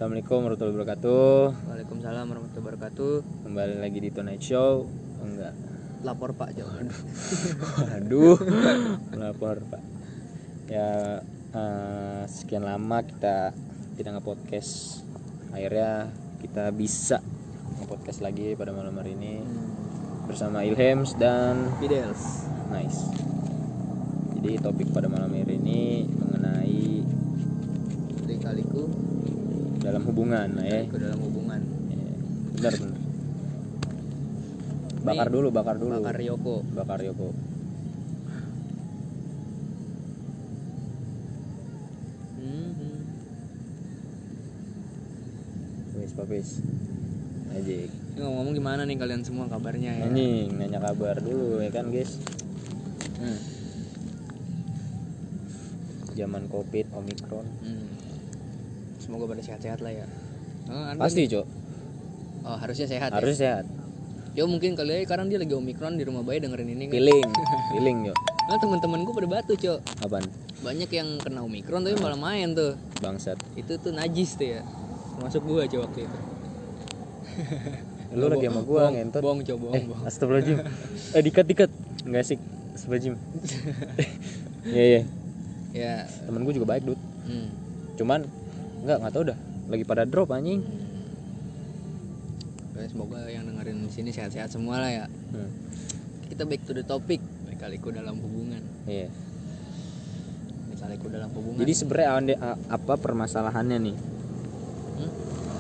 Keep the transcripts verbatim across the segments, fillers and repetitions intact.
Assalamualaikum warahmatullahi wabarakatuh. Waalaikumsalam warahmatullahi wabarakatuh. Kembali lagi di Tonight Show. Oh, enggak. Lapor Pak Jawa. Aduh. Lapor Pak. Ya uh, sekian lama kita tidak nge-podcast. Akhirnya kita bisa nge-podcast lagi pada malam hari ini hmm. bersama Ilhams dan Fidels. Nice. Jadi topik pada malam hari ini mengenai Lika-liku dalam hubungan lah ya. Lika dalam hubungan. Ya, benar benar. Bakar Nih, dulu, bakar dulu. Bakar Yoko. Bakar Yoko. Mm-hmm. Wis papis. Ajik. Ngomong-ngomong gimana nih kalian semua kabarnya ya? Anjing, nanya kabar dulu ya kan, guys. Hmm. Zaman Covid, Omikron. Hmm. Semoga pada sehat-sehat lah ya. Oh, pasti, Cok. Oh, harusnya sehat. Harus ya? sehat. Yo mungkin kali ya sekarang dia lagi Omikron di rumah bayi dengerin ini kan. Feeling, feeling yo. Nah, teman-teman gue pada batu, Cok. Apaan? Banyak yang kena Omikron tapi malah main tuh. Bangsat. Itu tuh najis tuh ya. Termasuk gua, Cok, waktu itu. Lu lagi sama gua ngentot. Bohong, Cok, bohong, eh, bohong. Astagfirullahaladzim. eh, dikat-dikat. Enggak asik. Astagfirullahaladzim. Iya, iya. Ya, temen gua juga baik, Dut. Hmm. Cuman enggak, enggak tahu dah. Lagi pada drop anjing. Hmm. Semoga yang dengerin di sini sehat-sehat semua lah ya. Hmm. Kita back to the topic, lika-liku dalam hubungan. Iya. Lika-liku dalam hubungan. Jadi sebenarnya apa permasalahannya nih? Hmm?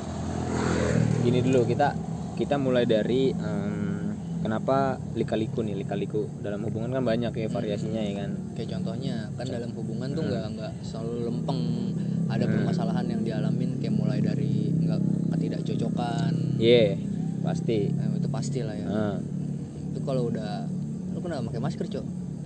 Gini dulu, kita kita mulai dari um, kenapa lika-liku nih, lika-liku dalam hubungan kan banyak ya variasinya ya kan. Kayak contohnya kan dalam hubungan tuh nggak hmm. nggak selalu lempeng. Ada hmm. permasalahan yang dialamin kayak mulai dari nggak ketidakcocokan. Iya. Yeah. Pasti nah, itu pasti lah ya. Uh. Itu kalau udah lu kenapa pakai masker, Cok?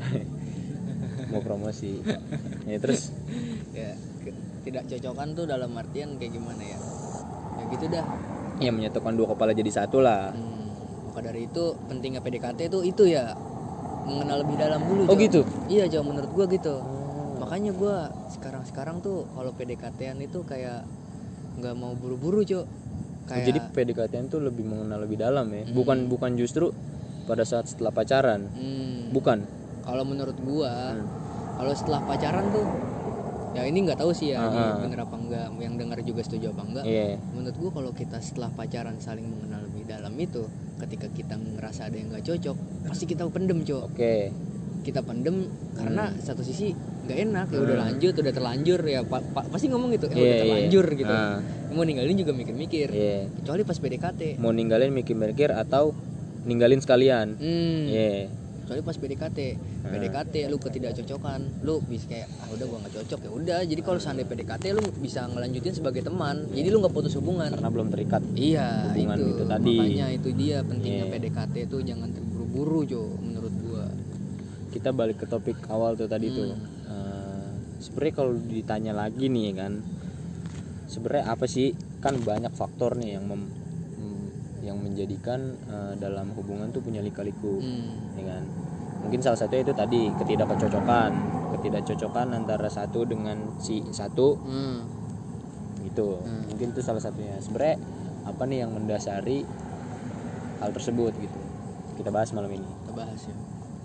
Mau promosi. Ya terus ya tidak cocokan tuh dalam artian kayak gimana ya? Ya gitu dah. Ya menyatukan dua kepala jadi satu lah. Hmm, maka dari itu pentingnya P D K T itu itu ya mengenal lebih dalam dulu. Oh Cok. Gitu. Iya, Cok, menurut gua gitu. Hmm. Makanya gua sekarang-sekarang tuh kalau P D K T-an itu kayak nggak mau buru-buru, Cok. Kayak... Jadi P D K T-an tuh lebih mengenal lebih dalam ya. Hmm. Bukan bukan justru pada saat setelah pacaran. Hmm. Bukan. Kalau menurut gua, hmm. kalau setelah pacaran tuh ya ini nggak tahu sih ya, uh-huh. ini bener apa enggak, yang dengar juga setuju apa enggak. Yeah. Menurut gua kalau kita setelah pacaran saling mengenal lebih dalam itu, ketika kita ngerasa ada yang nggak cocok, pasti kita pendem, Cok. Oke. Okay. Kita pendem karena hmm. satu sisi nggak enak, ya udah lanjut, udah terlanjur ya pa- pa- pasti ngomong gitu, ya yeah, udah terlanjur yeah. gitu. Uh. Mau ninggalin juga mikir-mikir. Yeah. Kecuali pas P D K T. Mau ninggalin mikir-mikir atau ninggalin sekalian. Hmm. Yeah. Kecuali pas P D K T. Uh. P D K T lu ketidakcocokan, lu bisa kayak ah udah gua enggak cocok ya udah. Jadi kalau seandainya P D K T lu bisa ngelanjutin sebagai teman. Yeah. Jadi lu enggak putus hubungan karena belum terikat. Iya, hubungan itu. itu tadi. Makanya itu dia pentingnya yeah. P D K T itu jangan terburu-buru, Jo, menurut gua. Kita balik ke topik awal tuh tadi hmm. tuh. Uh, sebenarnya kalau ditanya lagi nih kan, sebenarnya apa sih, kan banyak faktor nih yang mem, yang menjadikan uh, dalam hubungan tuh punya lika-liku, hmm. ya kan? Mungkin salah satunya itu tadi ketidakcocokan, ketidakcocokan antara satu dengan si satu, hmm. gitu. Hmm. Mungkin itu salah satunya. Sebenarnya apa nih yang mendasari hal tersebut gitu? Kita bahas malam ini. Kita bahas ya.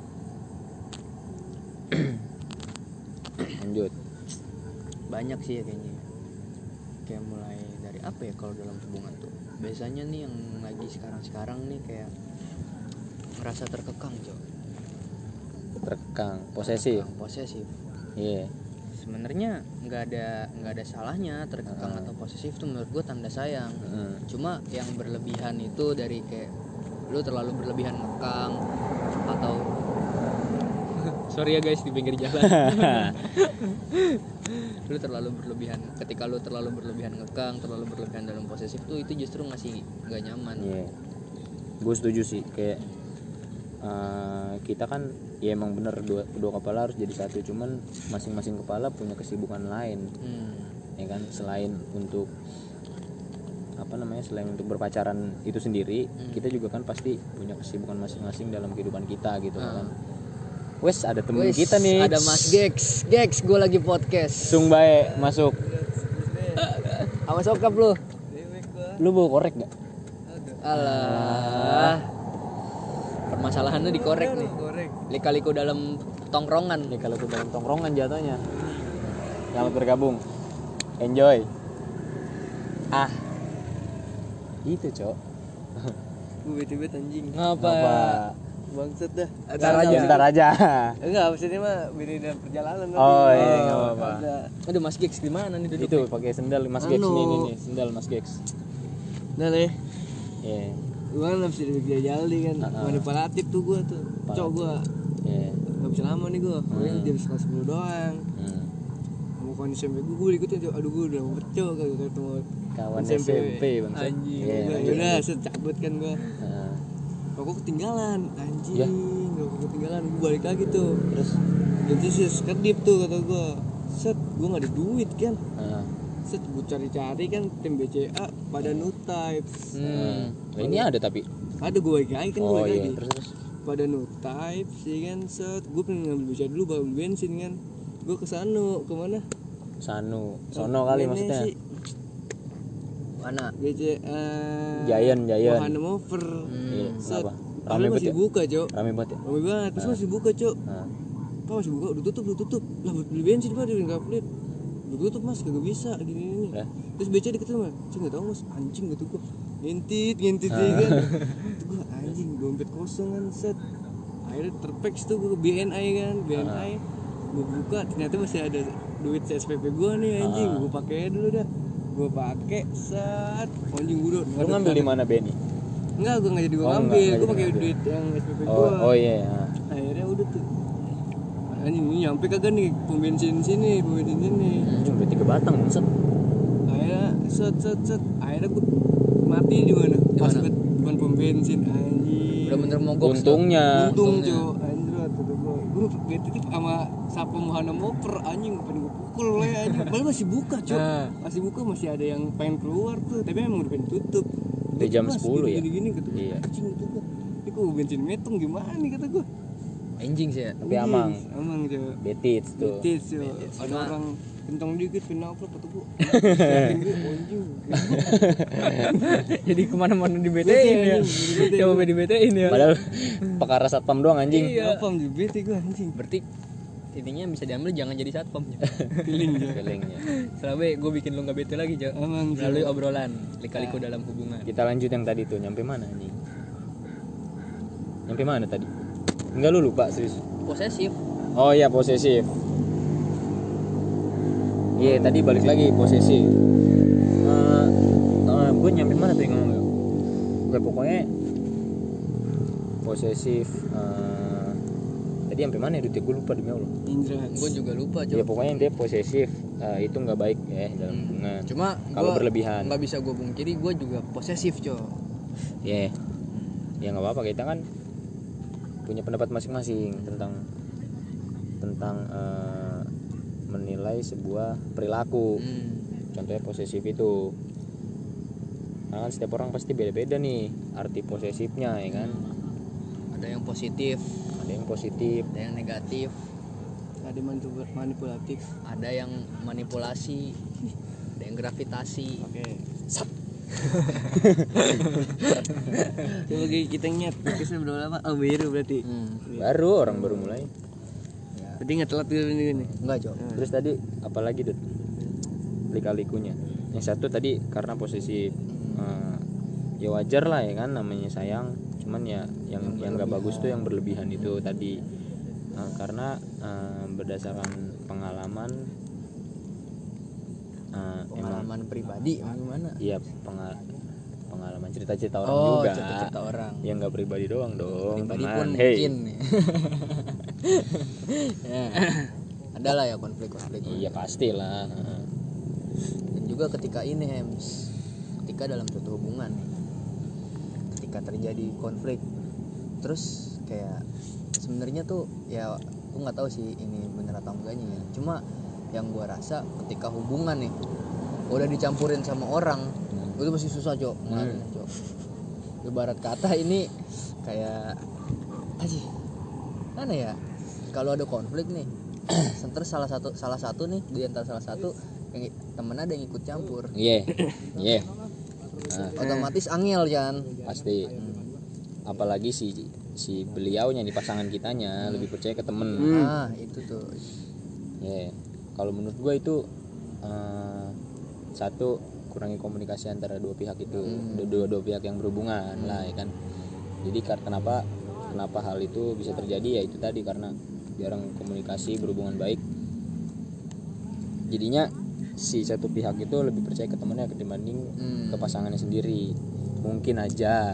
Lanjut. Banyak sih ya kayaknya. Kayak mulai dari apa ya kalau dalam hubungan tuh biasanya nih yang lagi sekarang-sekarang nih kayak ngerasa terkekang, Cok. Terkekang, posesif. Terkekang, posesif. Iya. Yeah. Sebenarnya nggak ada nggak ada salahnya terkekang uh. atau posesif tuh, menurut gue tanda sayang. Uh. Cuma yang berlebihan itu dari kayak lu terlalu berlebihan ngekang atau sorry ya guys di pinggir jalan. Lu terlalu berlebihan, ketika lu terlalu berlebihan ngekang, terlalu berlebihan dalam posesif tuh itu justru ngasih nggak nyaman. Iya. Yeah. Gue setuju sih, kayak uh, kita kan ya emang bener dua, dua kepala harus jadi satu, cuman masing-masing kepala punya kesibukan lain, hmm. ya kan, selain untuk apa namanya selain untuk berpacaran itu sendiri, hmm. kita juga kan pasti punya kesibukan masing-masing dalam kehidupan kita gitu hmm. kan. Wes ada temen Wes, kita nih. Ada Mas Gex. Gex, gue lagi podcast. Sung bae masuk. Sama sokap lu. Lu bawa korek gak? Alah. Permasalahannya dikorek nih. Lika-liku dalam tongkrongan. Lika-liku dalam tongkrongan jatuhnya. Selamat bergabung. Enjoy. Ah. Itu, Cok. Gue bete-bete anjing. Ngapa? Bangsat dah. Bentar aja, bentar aja. Enggak, maksudnya mah beda dalam perjalanan. Oh, iya, enggak apa-apa. Aduh, Mas Gex di mana nih duduk? Itu pakai sendal Mas Gex Anu. nih, nih, nih, sendal Mas Gex. Nah, nih. Iya. Gua kan habis dari kerja jali kan. Uh-uh. Manipulatif tuh gua tuh. Cok gua. Iya. Enggak bisa lama nih gua. Paling Hmm. jam setengah sepuluh doang. Hmm. Mau kawan S M P gua, gua ikutin Cok. Aduh gua udah bercok kagak ketemu Kawan S S M P. M P Bang. Anjing. Iya, Gua, lanjut. udah set cabut kan gua. Heeh. Kok gua ketinggalan anjing. Ya. Gua ketinggalan gua balik lagi tuh. Terus Jadi sih kedip tuh kata gua. Set gua enggak ada duit kan. heeh. Set gua cari-cari kan tim B C A pada no type. Hmm. Nah, ini ada tapi. Ada gue balik lagi kan gue Oh balik iya, lagi terus terus. pada no type sih kan set gue pengen ngambil B C A dulu baru beli bensin kan gue kesana kemana Sanu, sono kali Ini maksudnya. sih, Mana? B C A Giant, Giant. Wahana Mover Iya, set kenapa? Rame Rame banget masih ya? buka cok Rame banget ya? rame banget terus masih buka cok Nah. Pak masih buka udah tutup udah tutup lah buat beli bensin pak dia nggak pelit udah tutup mas kagak bisa gini gini Lah. terus B C A deket sama cik nggak tahu mas anjing gitu gue ngintit ngintit ya kan itu gue anjing dompet kosong kan set akhirnya terpeks tuh gue ke B N I kan B N I gue buka ternyata masih ada duit C S P P gue nih anjing gue pakai dulu dah gue pakai set anjing gue udah Lu ngambil di mana Benny? enggak gue nggak jadi gue Oh, ngambil enggak, gue nggak pakai jadi duit yang S P P gue Oh, oh iya. Ya. akhirnya udah tuh anjing ini nyampe kagak nih pom bensin sini pom bensin sini Anjing udah tiga batang set. akhirnya set set set akhirnya gue mati di mana pas mana? ke depan pom bensin anjing Bener-bener mogok. Untungnya. untung cok anjir kata gue gue bete tuh sama Sapam Wahana Mover anjing pengen gue pukul ya anjing padahal masih buka cok Ah. masih buka masih ada yang pengen keluar tuh tapi memang udah pengen tutup Udah jam Mas, sepuluh ya? gini-gini kata gue Iya. anjing kata gue ini kok bensin metong gimana nih kata gue Anjing sih ya. Tapi amang. amang cok Betit tuh. Betis yo. Ada Cuma- orang kencang dikit kena apa kata gua. Anjing. Jadi kemana-mana di B T-in ya. Coba di B T-in ya. Padahal perkara satpam doang anjing. Apa di bete gua anjing. Berarti intinya bisa diambil jangan jadi satpam. Feeling ya. Feelingnya. Selama gue bikin lu nggak bete lagi, Jo. Amang Jo. Melalui obrolan lika-liku dalam hubungan. Kita lanjut yang tadi tuh, nyampe mana anjing? Nyampe mana tadi? Enggak, lu lupa serius. Posesif. Oh iya, posesif. Iya, tadi balik lagi posesif. Uh, uh, gue nyampe mana tuh yang ngomong ya? Gue pokoknya posesif. Uh, tadi sampai mana ya? Gue lupa demi Allah. Indra. Gue juga lupa, Jo. Ya pokoknya dia posesif. Uh, itu nggak baik ya dalam hubungan. Cuma Kalau gua berlebihan. nggak bisa gue pungkiri gue juga posesif, Jo. Ya, ya nggak apa-apa, kita kan punya pendapat masing-masing tentang tentang uh, menilai sebuah perilaku. Hmm. Contohnya posesif itu. Nah, kan setiap orang pasti beda-beda nih arti posesifnya ya kan. Ada yang positif, Ada yang positif, ada yang negatif, Ada manipul- manipulatif. ada yang manipulasi, ada yang gravitasi. Oke. Coba kita nyet. Kita berapa lama? Oh, baru berarti. Hmm. baru orang baru mulai. Berarti enggak telat dulu ini. Enggak, Jo. Terus tadi apalagi tuh lika-likunya? Yang satu tadi karena posesif. Uh, ya wajar lah ya kan, namanya sayang. Cuman ya yang yang nggak bagus tuh yang berlebihan itu tadi. Uh, karena uh, berdasarkan pengalaman uh, emang Pengalaman pribadi gimana? iya pengal pengalaman cerita-cerita orang Oh, juga. cerita-cerita orang. Yang nggak pribadi doang dong. Pribadi teman. pun Hey. mungkin. Ya. Ada lah ya konflik-konflik. Iya pastilah. Uh, Dan juga ketika ini Hems, ketika dalam suatu hubungan nih, ketika terjadi konflik, terus kayak sebenarnya tuh ya aku nggak tahu sih ini bener atau enggaknya ya. Cuma yang gua rasa ketika hubungan nih udah dicampurin sama orang, itu masih susah, Cok. Hmm. Cok. Ibarat kata ini kayak aja mana ya, kalau ada konflik nih terus salah satu salah satu nih di antara salah satu yang temen ada yang ikut campur. Iya. Iya. Nah, Otomatis angel kan. pasti. Apalagi si si beliaunya nih pasangan kitanya lebih percaya ke temen. Nah, itu tuh. Ya, kalau menurut gue itu uh, satu kurangi komunikasi antara dua pihak itu, Hmm. dua dua pihak yang berhubungan lah, ya kan. Jadi kar- kenapa kenapa hal itu bisa terjadi ya itu tadi karena jarang komunikasi berhubungan baik. Jadinya si satu pihak itu lebih percaya ke temannya dibanding Hmm. ke pasangannya sendiri. Mungkin aja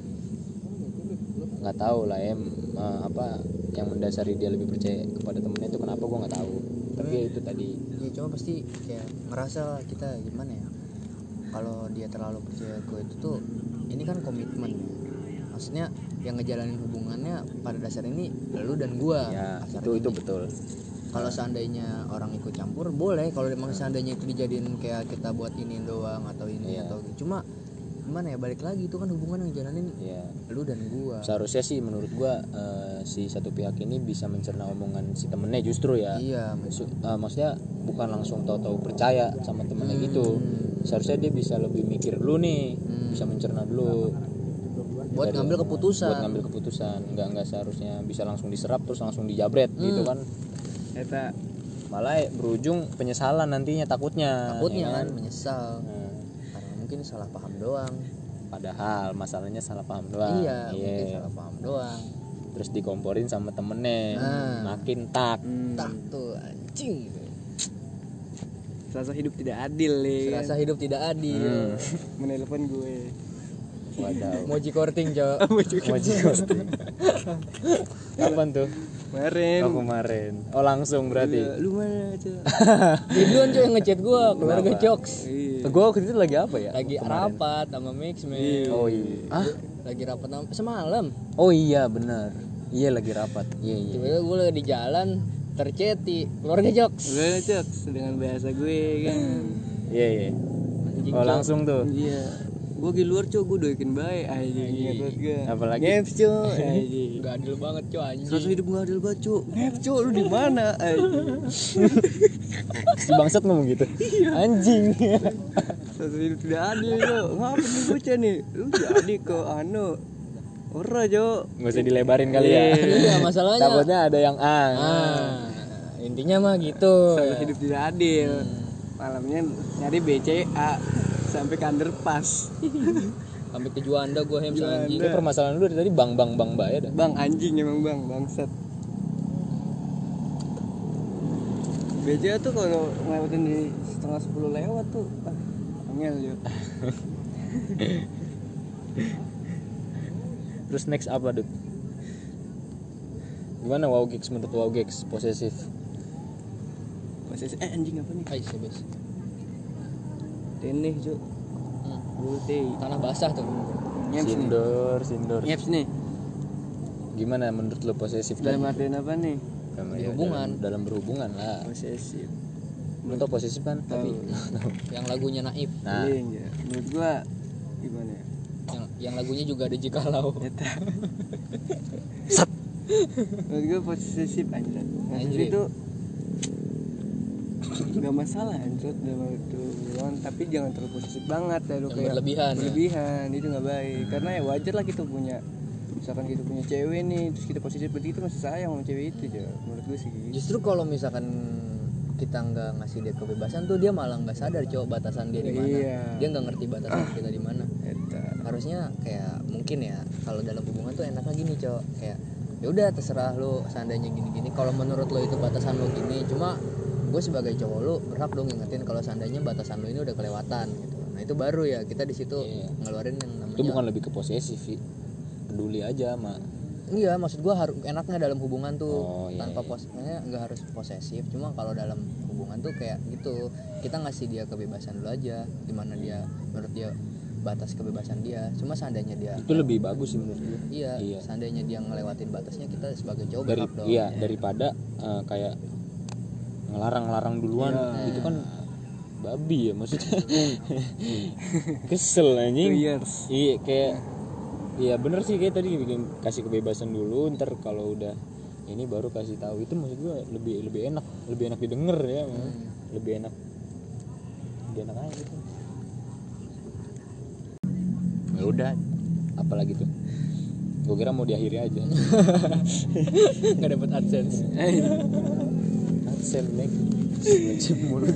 nggak tahu lah ya uh, apa yang mendasari dia lebih percaya kepada temennya itu kenapa gue nggak tahu, tapi ya itu tadi. Ya cuma pasti kayak ngerasa kita gimana ya, kalau dia terlalu percaya ke itu tuh, ini kan komitmen, maksudnya yang ngejalanin hubungannya pada dasar ini lu dan gua. Ya Kasar itu gini. itu betul. Kalau seandainya orang ikut campur boleh, kalau memang seandainya itu dijadiin kayak kita buat ini doang atau ini Iya. atau cuma gimana ya, balik lagi itu kan hubungan yang jalanin Ya lu dan gua. seharusnya sih menurut gua uh, si satu pihak ini bisa mencerna omongan si temennya justru ya. Iya, Maksud, uh, maksudnya bukan langsung tahu-tahu percaya sama temennya gitu. Seharusnya dia bisa lebih mikir dulu nih, Hmm. bisa mencerna dulu buat Dari- ngambil keputusan. buat ngambil keputusan. Nggak nggak seharusnya bisa langsung diserap terus langsung dijabret Hmm. gitu kan. Eta Malah berujung penyesalan nantinya takutnya. Takutnya ya kan menyesal Nah, karena mungkin salah paham doang. padahal masalahnya salah paham doang. Iya, mungkin salah paham doang. Terus dikomporin sama temennya, Nah. makin tak. hmm. Tak tuh anjing. Rasa hidup tidak adil nih. Serasa hidup tidak adil. Hmm. Menelpon gue. Wadaw. Moji korting, Cok. Moji ghosting. Kapan tuh? Kemarin. Oh kemarin. Oh langsung berarti. Iya, lu mana aja? Dia duluan Cok yang ngechat gua, keluarga Kenapa? jokes. Iya. Gue waktu itu lagi apa ya? Lagi Kemarin. rapat sama Mix, men. Oh iya. Ah? Lagi rapat sama- semalam. Oh iya benar. Iya lagi rapat. Iya iya. Tiba-tiba gua lagi di jalan terceti keluarga jokes. Gue ngecek dengan bahasa gue kan. Iya iya. Anjing, Oh Cok. langsung tuh. Iya. Gue di luar cok, gue doain baik aja ingat gue. Apalagi? Ngeps cok. Aja. Gak adil banget, Cok, Rasa anjing. hidup gak adil banget cok. Ngeps cok, lu di mana? Aja. Si bangsat ngomong gitu. Anjing. Rasa hidup tidak adil cok. Ngapa nih bocah nih? Lu jadi ke anu. Ora cok. Nggak usah dilebarin kali ya. Iya, masalahnya. Takutnya ada yang ah. Ah, intinya mah gitu. Rasa hidup tidak adil. Malamnya nyari B C A sampai ke underpass. Sampai ke Juanda gua hem anjing. Ini permasalahan lu dari tadi bang bang bang mbak ya dah. Bang anjing emang bang, bangsat. B C A tuh kalau ngelewatin di setengah sepuluh lewat tuh, ah, angel yo. Terus next apa Dut? Gimana wow gigs menurut wow gigs posesif? Posisi eh anjing apa nih? Hai, sebes. Teneh cuk. Hmm. Bute. Tanah basah tuh. Nyeps nih. Sindor sindor. Nyeps nih. Gimana menurut lo posesif Dalam tadi? artian apa nih? Dalam, Di ya, hubungan. dalam, dalam berhubungan lah. Posesif. Lo tau posesif kan? Tapi Yang lagunya Naif. nah Iya, iya. Menurut gua gimana ya? Yang yang lagunya juga ada Jikalau. Eta. Menurut gua posesif anjir. Posesif Anjir. itu nggak masalah anjir dalam itu hubungan, tapi jangan terlalu posesif banget ya, lu Yang kayak berlebihan, ya. berlebihan itu nggak baik, karena ya wajar lah kita punya, misalkan kita punya cewek nih terus kita posesif, berarti kita masih sayang sama cewek itu aja menurut gue sih. Justru kalau misalkan kita nggak ngasih dia kebebasan tuh dia malah nggak sadar cowok batasan dia di mana. Iya. Dia nggak ngerti batasan kita di mana. Eta. Harusnya kayak mungkin ya kalau dalam hubungan tuh enaknya gini cowok, kayak ya udah terserah lu seandainya gini-gini, kalau menurut lo itu batasan lo gini, cuma gue sebagai cowok lu berhak dong ngingetin kalau seandainya batasan lo ini udah kelewatan gitu. Nah itu baru ya kita di situ Iya. ngeluarin yang namanya. itu bukan lebih ke posesif sih, peduli aja sama. Iya, maksud gua harus enaknya dalam hubungan tuh Oh, iya, tanpa iya. posnya nggak harus posesif, cuma kalau dalam hubungan tuh kayak gitu kita ngasih dia kebebasan dulu aja, dimana dia menurut dia batas kebebasan dia, cuma seandainya dia Itu lebih bagus sih menurut gue. iya, Iya. seandainya dia ngelewatin batasnya, kita sebagai cowok Dari berhak dong. iya daripada eh, kayak ngelarang-larang duluan Iya. itu kan babi ya maksudnya. Kesel anjing. Two years. Iya kayak iya bener sih kayak tadi bikin kasih kebebasan dulu, ntar kalau udah ini baru kasih tahu, itu maksud gua lebih lebih enak lebih enak didengar ya. Hmm. Lebih enak dia enak aja gitu. Ya udah, apalagi tuh. Gue kira mau diakhiri aja. Nggak dapat AdSense. AdSense make ngecip mulut.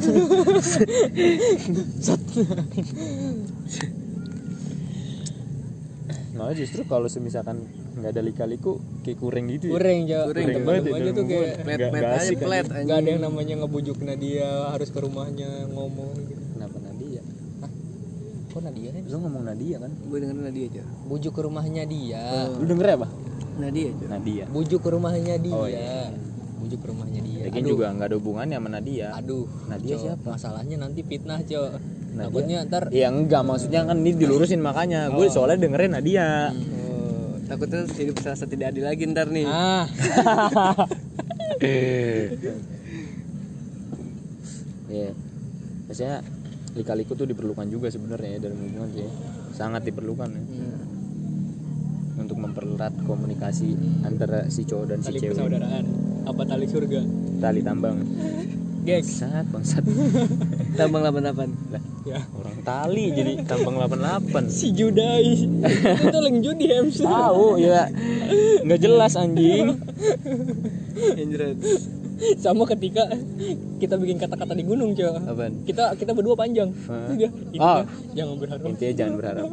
Nah justru kalau semisalkan nggak ada lika-liku kayak kurang gitu ya. Kurang aja. Kurang Kurang banget aja tuh kayak plet Nggak- plet nggak aja asik kan? plet nggak ada yang namanya ngebujuk Nadia harus ke rumahnya ngomong gitu. Kenapa Nadia? Kok Nadia sih? Lu ngomong Nadia kan? gue dengerin Nadia aja. Bujuk ke rumahnya dia. Lu denger apa? Nadia aja. Nadia. Bujuk ke rumahnya dia. Oh, iya. Bujuk ke rumahnya dia. Lagian juga nggak ada hubungannya sama Nadia. Aduh, Nadia Cok. siapa? Masalahnya nanti fitnah, Cok. Nadia? Takutnya ntar Ya enggak, maksudnya kan ini dilurusin makanya. Gue soalnya dengerin Nadia. Oh, takutnya hidup serasa tidak adil lagi ntar nih. ah, Iya. Biasanya lika-liku tuh diperlukan juga sebenarnya ya dalam hubungan sih. Sangat diperlukan ya. Untuk mempererat komunikasi antara si cowok dan si tali cewek. persaudaraan apa tali surga? Tali tambang. Geks. Bangsat, bangsat. Tambang delapan delapan. Lah, Ya. orang tali jadi tambang delapan delapan. Si Judai. Itu leng judi Hems. Tahu ya. Enggak jelas anjing. Anjret. Sama ketika kita bikin kata-kata di gunung, Cok. Apaan? Kita kita berdua panjang. Hah? Udah, Oh. jangan berharap. Intinya jangan berharap.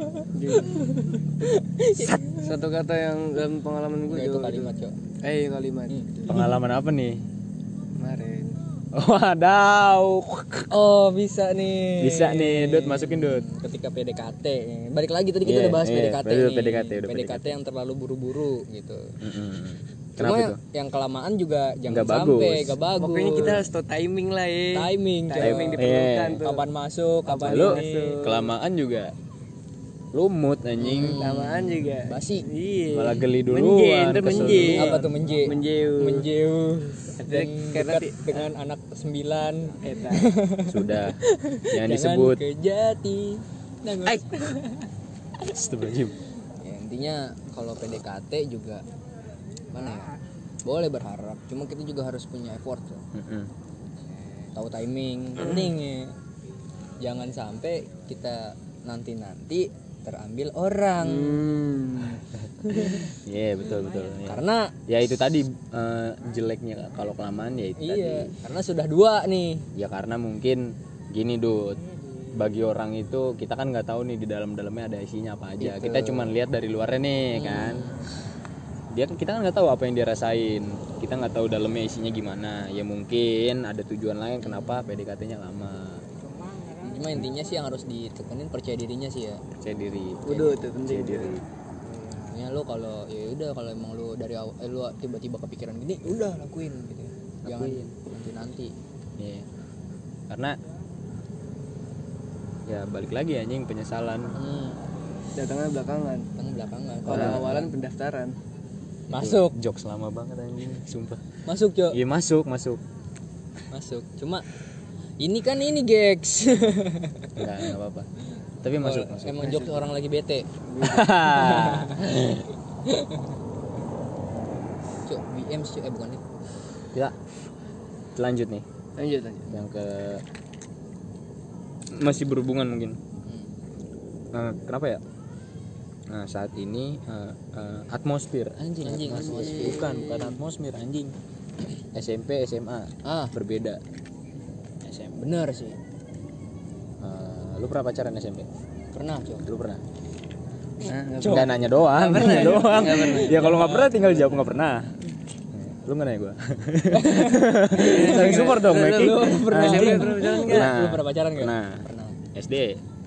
Satu kata yang dalam pengalaman gue Nggak, itu juga kalimat, Cok. Eh kalimat Pengalaman apa nih? kemarin. Wadaw. Oh, bisa nih. Bisa nih, Dut, masukin Dut. Ketika P D K T. Balik lagi tadi kita Iya, udah bahas iya, P D K T udah nih. P D K T, udah P D K T yang terlalu buru-buru gitu. Mm-mm. Cuma Kenapa tuh? yang kelamaan juga jangan Nggak sampai bagus. gak bagus. Pokoknya kita harus tahu timing lah ya. timing, Cok. Timing diperlukan Iya. tuh. Kapan masuk, kapan Lu ini. kelamaan juga lumut anjing. Lamaan juga. Basi. Iya. Malah geli duluan, Menje, ntar kesel menje. duluan. Apa tuh menje? Menjeu. Menjeu. Dan Karena dekat ti- dengan anak sembilan. Eta. Sudah. Jangan Jangan disebut. ke Jati. Nangis. Ai. Astagfirullahaladzim. Ya, intinya kalau P D K T juga mana ya? Boleh berharap, cuma kita juga harus punya effort loh. Mm-mm. Tahu timing penting ya. Jangan sampai kita nanti-nanti terambil orang. Hmm. Iya betul betul. Iya. Karena Ya itu tadi eh, jeleknya kalau kelamaan ya itu iya, tadi. karena sudah dua nih. Ya karena mungkin gini Dut. Bagi orang itu kita kan nggak tahu nih di dalam-dalamnya ada isinya apa aja. Gitu. Kita cuma lihat dari luarnya nih kan. Dia kita kan nggak tahu apa yang dia rasain. Kita nggak tahu dalamnya isinya gimana. Ya mungkin ada tujuan lain kenapa P D K T-nya lama. Cuma intinya sih yang harus ditekenin percaya dirinya sih ya. Percaya diri. Udah tuh penting. Percaya diri. Ya lu kalau ya udah kalau emang lu dari awal eh, lu tiba-tiba kepikiran gini, udah lakuin gitu. Jangan Lakuin. nanti-nanti. Iya. Karena ya balik lagi anjing penyesalan. Hmm, Datangnya belakangan. tengah belakangan. Kalau awalan pendaftaran. Masuk, Jokes lama banget anjing, sumpah. masuk, Cok. Iya masuk, masuk. Masuk. Cuma ini kan ini Gex. Enggak, enggak apa-apa. Tapi masuk, masuk. Emang jokes orang lagi bete. Cok, B M Cok, eh bukan nih. Ya. Lanjut nih Lanjut lanjut. yang ke masih berhubungan mungkin. Nah, kenapa ya? Nah, saat ini uh, uh, atmosfer anjing, Anjing, atmosfer. atmosfer. Bukan, bukan atmosfer anjing. S M P, S M A Ah, berbeda. S M P. bener sih. Uh, lu pernah pacaran S M P? Pernah, Cok. Lu pernah? Nah, Enggak nanya doang, nanya doang. Ya kalau nggak pernah tinggal jawab nggak pernah. Lu nggak nanya gua. Saling support dong, Meki. Lu pernah Anjing. pernah pacaran nggak? Nah, Lu pernah pacaran nggak? Nah, Pernah. S D.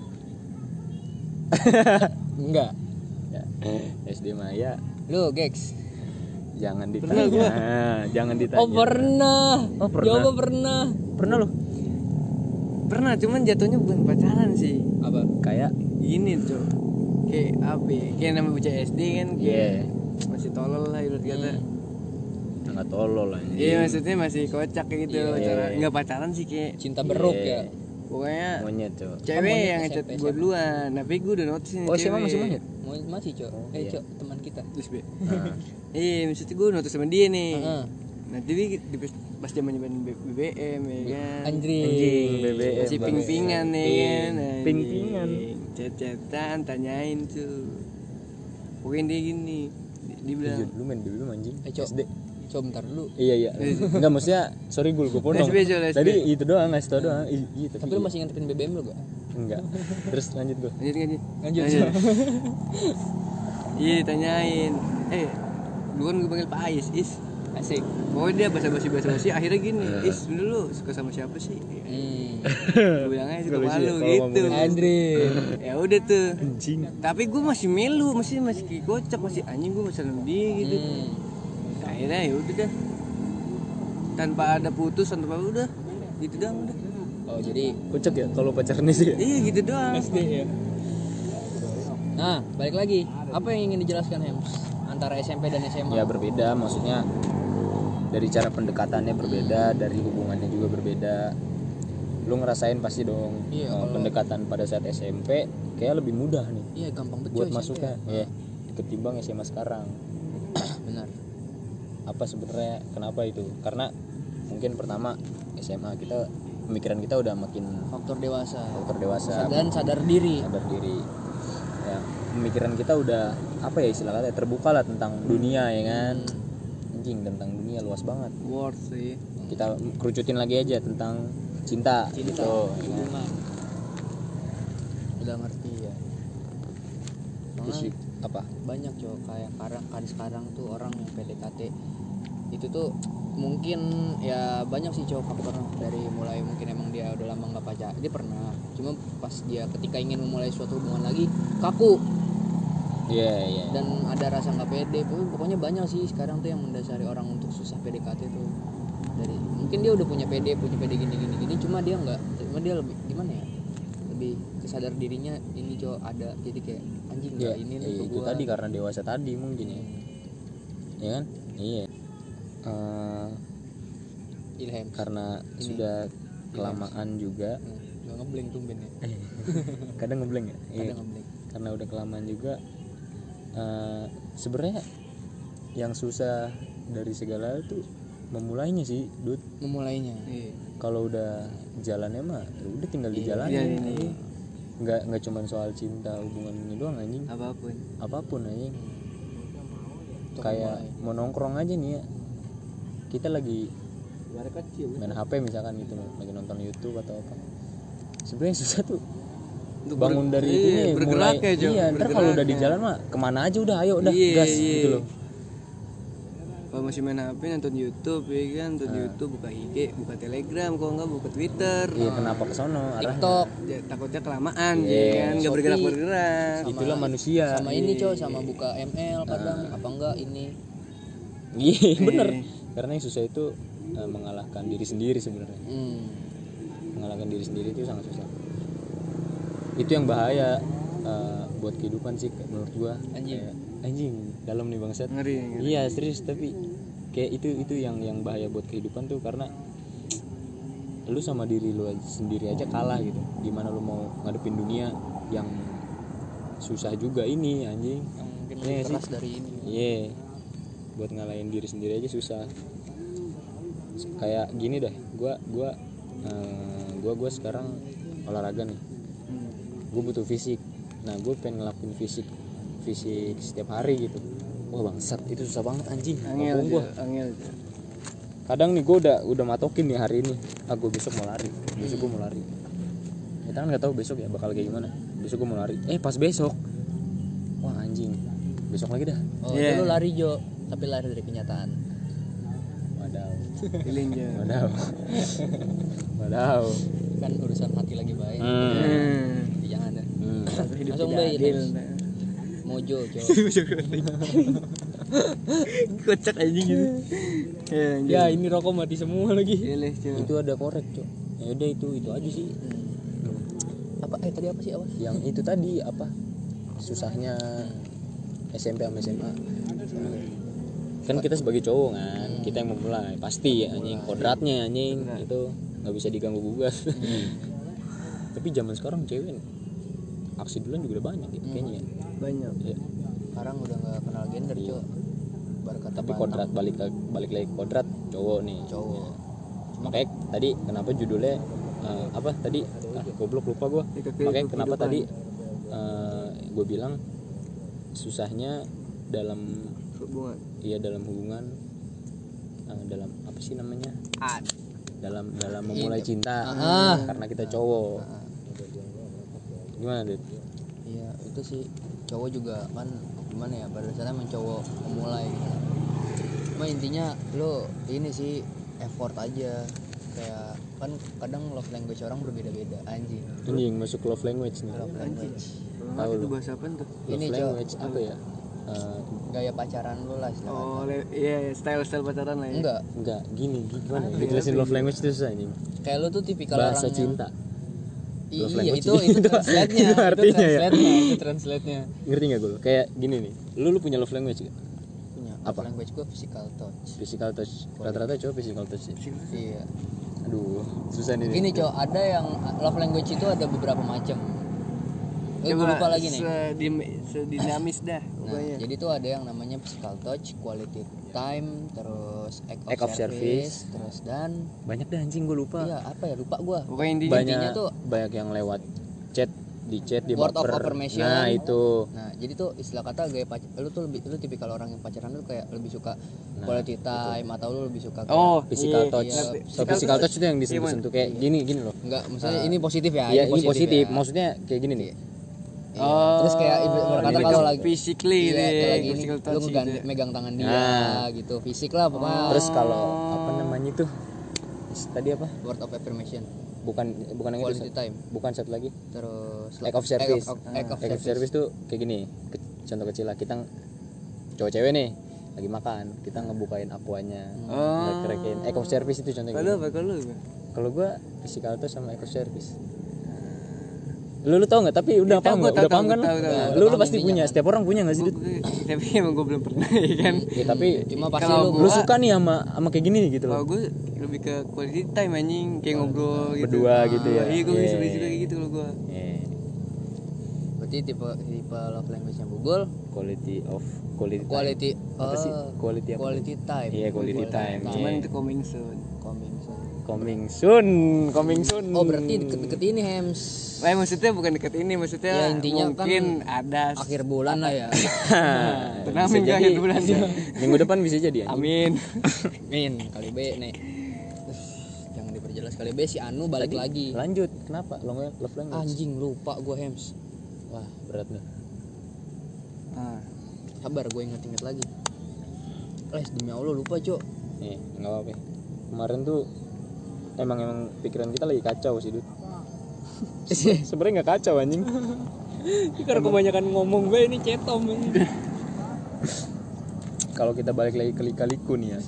Enggak. Ya, S D Maya. Lu, Gex. Jangan ditanya. Nah, jangan ditanya. Oh, pernah. Oh, pernah. Jawab pernah. Pernah lu? Pernah, cuman jatuhnya bukan pacaran sih. Apa? Kayak Gini tuh. Kayak apa ya? Kayak namanya bocah S D kan Iya. kayak masih tolol lah ibarat kata. enggak tolol anjing. Iya, maksudnya masih kocak kayak gitu. Iya. Cara enggak pacaran sih kayak Cinta beruk Iya. ya. pokoknya Monyet, Cok. cewek monyet yang S M P, ngechat S M P. gue duluan. Tapi gue udah notice nih Oh, S M A cewek. masih monyet? Mau masih, Cok. Eh, iya. Cok, teman kita. Terus be. Nah, Iya, maksudnya gue notice sama dia nih. Heeh. Nah jadi di, pas zaman zaman B B M ya kan. Anjing. Anjing B B M. Masih ping-pingan ya kan. Anjing. Ping-pingan. Chat-chatan tanyain tuh. Pokoknya dia gini. Dia bilang, Iya, lu main B B M anjing. Eh, Cok. S D. Coba bentar dulu. Iya iya. Enggak maksudnya sorry gue gue potong. S B, Cok, S B. Tadi itu doang ngasih tau doang. I- Iya Tapi lu masih ngantepin B B M lu gak? enggak. Terus lanjut gue. lanjut lanjut. Lanjut. Iya tanyain. Eh, dulu kan gue panggil Pak Ais, Is. Asik. Pokoknya dia basa-basi basa-basi akhirnya gini, Is, dulu suka sama siapa sih? Hmm. Gue bilang aja suka Kalau malu sih, kalau gitu. ngomongin- Andre. Ya udah tuh. Anjing. Tapi gue masih melu, masih masih kayak kocak, masih anjing gue masih sama dia gitu. Hmm. Akhirnya ya udah dah. Tanpa ada putus, tanpa udah. Gitu doang udah. Oh, jadi Kocak ya kalau pacarnya sih. Iya gitu doang. S D ya. Nah, balik lagi. Apa yang ingin dijelaskan Hems antara S M P dan S M A? Ya berbeda, maksudnya dari cara pendekatannya berbeda, dari hubungannya juga berbeda. Lu ngerasain pasti dong. Iya, eh, kalau- pendekatan pada saat S M P kayak lebih mudah nih Iya, gampang betul buat S M P. masuknya ya ketimbang S M A sekarang. Benar. Apa sebenarnya kenapa itu? Karena mungkin pertama S M A kita pemikiran kita udah makin Faktor dewasa. faktor dewasa, Dan sadar diri. sadar diri. Ya, pemikiran kita udah apa ya istilahnya terbuka lah tentang dunia ya kan. Anjing, tentang dunia luas banget. Worth sih. Kita kerucutin lagi aja tentang cinta, Cinta, gitu. ya kan? hubungan. Udah ngerti ya. Terus Soalnya sih, apa? banyak cowok kayak sekarang kan sekarang tuh orang yang P D K T itu tuh mungkin ya banyak sih cowok faktornya, dari mulai mungkin emang dia udah lama nggak pacar, dia pernah, cuma pas dia ketika ingin memulai suatu hubungan lagi kaku Iya, iya. dan ada rasa nggak pede. Pokoknya banyak sih sekarang tuh yang mendasari orang untuk susah P D K T tuh, dari mungkin dia udah punya pede punya pede gini gini gini cuma dia nggak, cuma dia lebih gimana ya, lebih kesadar dirinya ini cowok ada, jadi kayak anjing Ya, nggak ini nih iya, ke itu gua. tadi karena dewasa tadi mungkin ya. Ya kan? Iya. Eh, Ilham karena Ini. sudah kelamaan juga. Hmm, nggak ngeblank tuh Ben ya, Kadang ngeblank ya. Iya. kadang ngeblank. Karena udah kelamaan juga. eh, sebenarnya yang susah dari segala itu memulainya sih, Dut. Memulainya. Iya. Kalau udah jalannya mah ya udah tinggal di jalan. Iya, ini. Nggak nggak cuma soal cinta hubungan ini doang anjing. Apapun. Apapun anjing. Untuk Kayak memulai. mau nongkrong aja nih ya. Kita lagi Luar kecil. main H P misalkan gitu, lagi nonton YouTube atau apa. Sebenarnya susah tuh Untuk bangun ber- dari iya, itu nih, bergerak mulai ya, Jo. iya, ntar Bergerak kalau udah di ya. jalan mah kemana aja udah, ayo udah Iya, gas iya. gitu loh. Kalau masih main H P nonton YouTube ya kan, nonton YouTube buka I G, buka Telegram, kalau enggak buka Twitter. Iya, kenapa ke sono arahnya? TikTok Ya, takutnya kelamaan Iya. ya kan, enggak Shopee. bergerak-bergerak. Sama- Itulah manusia. sama ini cowok, sama buka M L kadang apa enggak ini. Iya, bener. Karena yang susah itu eh, mengalahkan diri sendiri sebenarnya. Hmm. Mengalahkan diri sendiri itu sangat susah. Itu yang bahaya eh, buat kehidupan sih menurut gua. Anjing. Kayak, anjing, dalam nih bangsat. Ngeri, ngeri. Iya, serius, tapi kayak itu itu yang yang bahaya buat kehidupan tuh, karena lu sama diri lu aja, sendiri aja kalah gitu. Gimana lu mau ngadepin dunia yang susah juga ini anjing. Yang mungkin Iya lebih sih. keras dari ini. Iya, buat ngalahin diri sendiri aja susah. Kayak gini deh, gua gua eh, gua gua sekarang olahraga nih, Hmm. gue butuh fisik. Nah, gue pengen ngelakuin fisik fisik setiap hari gitu. Wah bangsat, itu susah banget anjing. Angel, Ngomong gua. Jo, angel. Jo. Kadang nih gue udah udah matokin nih hari ini, ah gue besok mau lari, besok gue mau lari. Kita kan nggak tahu besok ya bakal kayak gimana. Besok gue mau lari, eh pas besok, wah anjing, besok lagi dah. Oh, Iya. itu lu lari Jo, tapi lari dari kenyataan. Wadaw, Feeling Jo. wadaw, wadaw. Kan urusan hati lagi baik. Hmm. Hmm. Tapi jangan ada. Hmm. Hidup Langsung tidak baik, adil. Des. Mojo Jo. Kocak anjing gitu. Ya, Ya, ini rokok mati semua lagi. Pilih, Jo. Itu ada korek cok. Ya udah itu itu aja sih. Apa eh tadi apa sih awas? Yang itu tadi apa? Susahnya S M P sama S M A. Kan kita sebagai cowok kan, kita yang memulai pasti ya anjing, kodratnya anjing itu nggak bisa diganggu gugat. Tapi zaman sekarang cewek aksi duluan juga udah banyak gitu kayaknya ya. Banyak. Ya. Sekarang udah nggak kenal gender Iya. Jo. ibarat kata Tapi Batam. kodrat balik ke balik lagi ke kodrat cowok nih. Cowok. Makanya tadi kenapa judulnya uh, apa tadi ah, goblok lupa gue. Makanya kenapa tadi uh, gue bilang susahnya dalam hubungan. Iya dalam hubungan uh, dalam apa sih namanya? Ah. Dalam dalam memulai cinta Ah. karena kita cowok. Nah, Gimana, Dit? iya itu sih cowok juga kan gimana ya pada dasarnya mencoba memulai gitu. Cuma intinya lo ini sih effort aja, kayak kan kadang love language orang berbeda-beda anjing. Anjing masuk love language nih. Love language. Tahu itu bahasa apa tuh? Love Ini, Cok. language apa ya? Uh, Gaya pacaran lo lah istilahnya. Oh, le- iya, iya, style-style pacaran lah ya. Enggak, enggak gini, gimana? Apa ya? ya, Dijelasin apa love ya? language itu susah anjing. kayak lo tuh tipikal Bahasa orang yang cinta. I- Love iya language itu itu. itu translate-nya, Itu artinya ya? translate-nya, itu translate-nya. Ngerti nggak gue? Kayak gini nih. Lu lu punya love language gak? Punya Apa? love language gue physical touch. Physical touch. Rata-rata cowok physical touch ya. Iya. Aduh, susah nih. Gini cowok, ada yang love language itu ada beberapa macam. Eh, gue lupa lagi nih. Sedim- sedinamis dah Nah, pokoknya. jadi tuh ada yang namanya physical touch, quality time, terus act of, Act of service, service. terus dan Banyak dah anjing gue lupa. iya apa ya lupa gue. Pokoknya intinya Banyak intinya tuh- banyak yang lewat chat, di chat, di Word of baper. affirmation. Nah, itu. Nah, jadi tuh istilah kata gaya pacar, lu tuh lebih lu tipikal orang yang pacaran lu kayak lebih suka quality time atau lu lebih suka kayak Oh, Physical iya, touch. iya. So, physical touch itu yang Iya, disentuh-sentuh kayak gini gini loh. enggak, maksudnya ini positif ya. Iya, ini positif. ya. Maksudnya kayak gini nih. Iya. Oh, Terus kayak ibarat kata lebih kalau ke lagi physically iya, deh, kayak lagi ini physical lu touch megang, gitu ya. megang tangan dia Nah. gitu, fisik lah pokoknya. Terus kalau apa namanya tuh? Tadi apa? Word of affirmation, Bukan bukan yang quality itu. time, Bukan satu lagi. terus Act of service. act of, act of Act of service. service tuh kayak gini. Ke- contoh kecil lah, kita cowok cewek nih lagi makan, kita ngebukain aquanya, Oh. ngekerekin. Act of service itu contohnya. Kalau gitu. apa kalau apa? Kalau gua physical touch sama act of service. Lu lu tau nggak? Tapi udah Ya, paham tahu, nggak? tahu, Udah paham tahu, kan? tahu, tahu. Nah, Udah lu lu paham pasti intinya punya. kan. Setiap orang punya nggak sih? Gua- Dut? gua- tapi emang gue belum pernah ya kan. Ya tapi Cuma pasti Kalau lu lu suka nih sama sama kayak gini nih gitu Kalau loh. gue lebih ke quality time anjing, kayak ngobrol gitu. Berdua gitu ya. Iya, gue Iya. bisa bisa kayak gitu loh gue. Eh, berarti tipe tipe love language-nya Google quality of quality time. quality Apa sih? oh, Quality apa? quality time. Iya, quality time. Cuman Iya. itu coming soon. Coming soon. Coming soon, coming soon. Oh, berarti deket-deket ini Hems. Lah maksudnya bukan deket ini, maksudnya Ya, intinya mungkin kan ada Akhir bulan lah ya. Tenang, Bisa Min, jadi akhir bulan. minggu depan bisa jadi ya. Amin. Min, kali B nih. Terus, jangan diperjelas kali B si Anu balik lagi. Lanjut, kenapa? Long love language. Anjing lupa gua Hems. Wah, berat nih. Ah, Sabar gue inget-inget lagi. Les demi Allah lupa, Cok. Nih, enggak apa-apa. Kemarin tuh emang emang pikiran kita lagi kacau sih, Dut. Se- Sebenarnya nggak kacau anjing. Karena kebanyakan ngomong gue ini cetom ini. Kalau kita balik lagi ke lika-liku nih ya.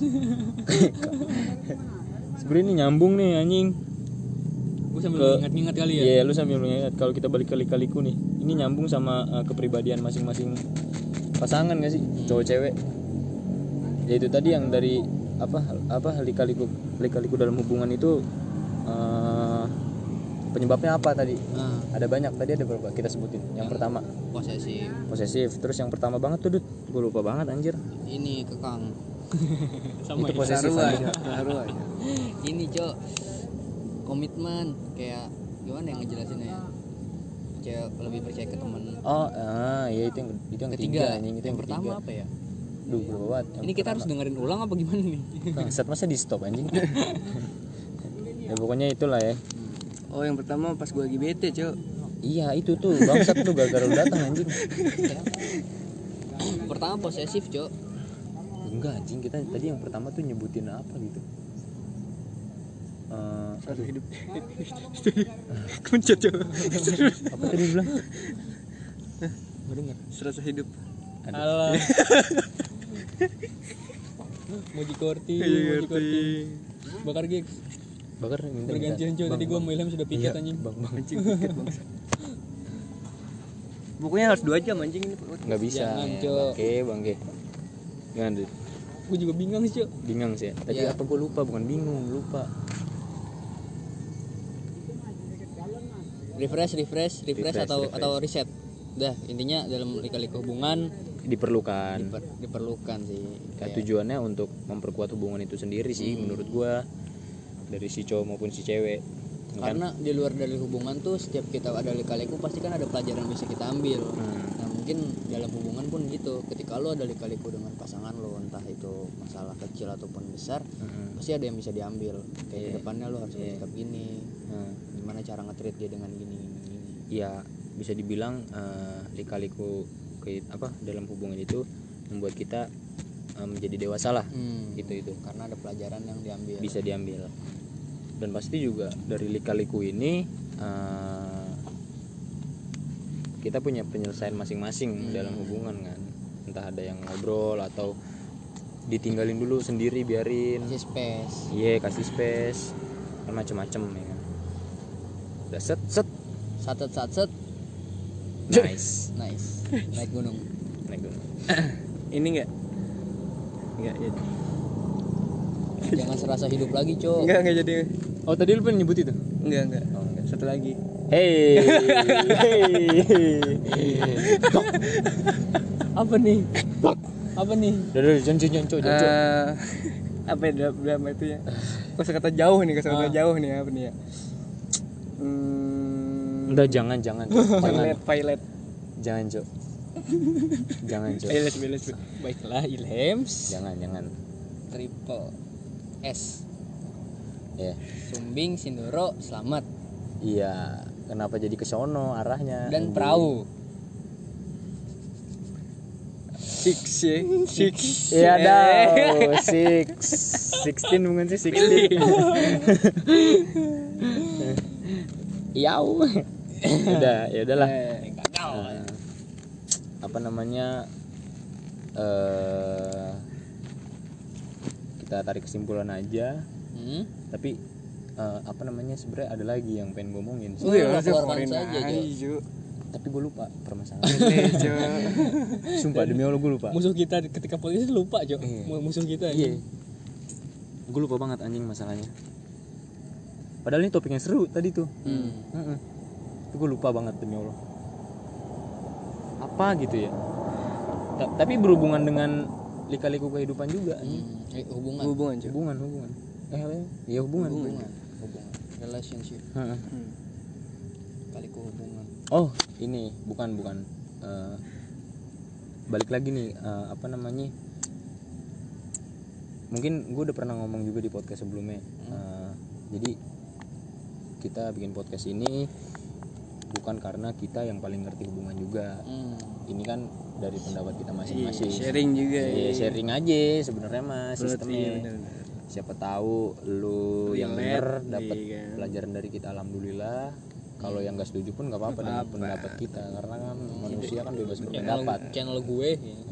Sebenarnya ini nyambung nih anjing. Gue sambil Ke- ingat-ingat kali ya. Iya, lu sambil mengingat kalau kita balik ke lika-liku nih. Ini nyambung sama uh, kepribadian masing-masing pasangan gak sih? Cowok cewek. Ya itu tadi yang dari apa apa lika-liku lika-liku dalam hubungan itu uh, penyebabnya apa tadi? Nah, Ada banyak, tadi ada berapa kita sebutin. Yang pertama posesif. posesif, terus yang pertama banget tuh Dut, gue lupa banget anjir. Ini kekang. Itu posesif taruh anjing. aja, taruh aja. Ini, Cok. Komitmen kayak gimana yang ngejelasin ya? Cewek lebih percaya ke temen. Oh, ah, ya itu yang itu yang ketiga, Ketiga, anjing, itu yang yang, pertama ketiga. apa ya? Duh, berapa banget. Yang Ini kita harus dengerin ulang apa gimana nih? Bangsat, masa di stop anjing. Ya pokoknya itulah ya. Oh, yang pertama pas gue lagi bete, Cok. Iya itu tuh bangsat tuh gara-gara lu datang anjing. Pertama posesif, Cok. Enggak anjing, kita tadi yang pertama tuh nyebutin apa gitu. Eh, Serasa hidup. Kuncet, Cok. apa tadi lu bilang? Gue denger. Serasa hidup. Alah. Moji Korti, Iya, Moji Korti. Bakar gigs. Bakar minta Bergantian, Cok. Tadi gue mau Ilham sudah piket Iya, anjing. Bang, bang. Anjing piket bangsa. Pokoknya harus dua jam anjing ini. Enggak bisa. Jangan, Cok. Oke, Bangke. Gimana, Dut? Gue juga bingung sih, Cok. Bingung sih ya. Tadi Iya. apa gue lupa, bukan bingung, lupa. Refresh, refresh, refresh, Refresh, atau refresh. atau reset. Dah intinya dalam lika-liku hubungan diperlukan diper, diperlukan sih kayak kayak, tujuannya untuk memperkuat hubungan itu sendiri sih Hmm. menurut gua dari si cowok maupun si cewek kan? karena di luar dari hubungan tuh setiap kita ada lika-liku pasti kan ada pelajaran yang bisa kita ambil. Hmm. Nah mungkin dalam hubungan pun gitu, ketika lo ada lika-liku dengan pasangan lo, entah itu masalah kecil ataupun besar, Hmm. pasti ada yang bisa diambil. Kayak Iya. kedepannya lo harus Iya. bersikap gini, Hmm. gimana cara nge-treat dia dengan gini gini gini. Ya bisa dibilang eh, lika-liku ke apa dalam hubungan itu membuat kita eh, menjadi dewasa lah Hmm, gitu itu karena ada pelajaran yang diambil. bisa diambil dan pasti juga dari lika-liku ini eh, kita punya penyelesaian masing-masing Hmm. dalam hubungan kan entah ada yang ngobrol atau ditinggalin dulu sendiri biarin Kasih space. iya kasih space kan macem-macem ya kan udah set set Satet satet nice nice. Naik gunung. naik gunung. Ini enggak? Enggak jadi. Jangan serasa hidup lagi, Cok. Enggak, enggak jadi. Oh tadi lu pengen nyebut itu Enggak, enggak. oh enggak Satu lagi. hey, Apa nih? Apa nih? udah udah jangan jangan jangan jangan Eh, apa ya dalam, dalam itu ya? Kosakata jauh nih, kosakata Ah. jauh nih apa nih ya? Hmm, udah jangan jangan jangan pilot, pilot. jangan cok jangan cok Pilot, pilot. Baiklah, Ilhems. jangan jangan Triple S. ya Sumbing, Sindoro, selamat. iya kenapa jadi ke sono arahnya Dan anjing. perahu. Six ya, six. iya dah six sixteen bukan sih sixteen Yau. Udah, ya udahlah. Eh, gagal. Eh, apa namanya? Eh kita tarik kesimpulan aja. Hmm? Tapi eh, apa namanya? Sebenarnya ada lagi yang pengen ngomongin. Oh, iya, keluarkan saja, Jo. Jo. Tapi gue lupa permasalahan. Jo. Sumpah demi Allah gue lupa. Musuh kita ketika polisi lupa, Cok. Iya. Musuh kita. Iya. Gue lupa banget anjing masalahnya. Padahal ini topik yang seru tadi tuh. Hmm. Heeh. Itu gue lupa banget demi Allah. Apa gitu ya? Ta- tapi berhubungan dengan lika-liku kehidupan juga. anjing. Hmm. Eh, hubungan. Hubungan, Jo. Hubungan, hubungan. Eh, ya hubungan. Hubungan. Hubungan. Relationship. Heeh. Hmm. Kaliku hubungan. Oh, ini bukan bukan. Eh, balik lagi nih, eh, apa namanya? Mungkin gue udah pernah ngomong juga di podcast sebelumnya. Eh, jadi kita bikin podcast ini bukan karena kita yang paling ngerti hubungan juga. Hmm. Ini kan dari pendapat kita Iya, masing-masing. sharing juga. Iya, sharing aja sebenarnya mas Bener, iya, sistemnya. bener, bener. Siapa tahu lu yang Relate, denger dapat iya kan. pelajaran dari kita, alhamdulillah. Kalau yang gak setuju pun gak apa-apa dengan Apa-apa. pendapat kita karena kan manusia kan bebas Channel, berpendapat. channel gue.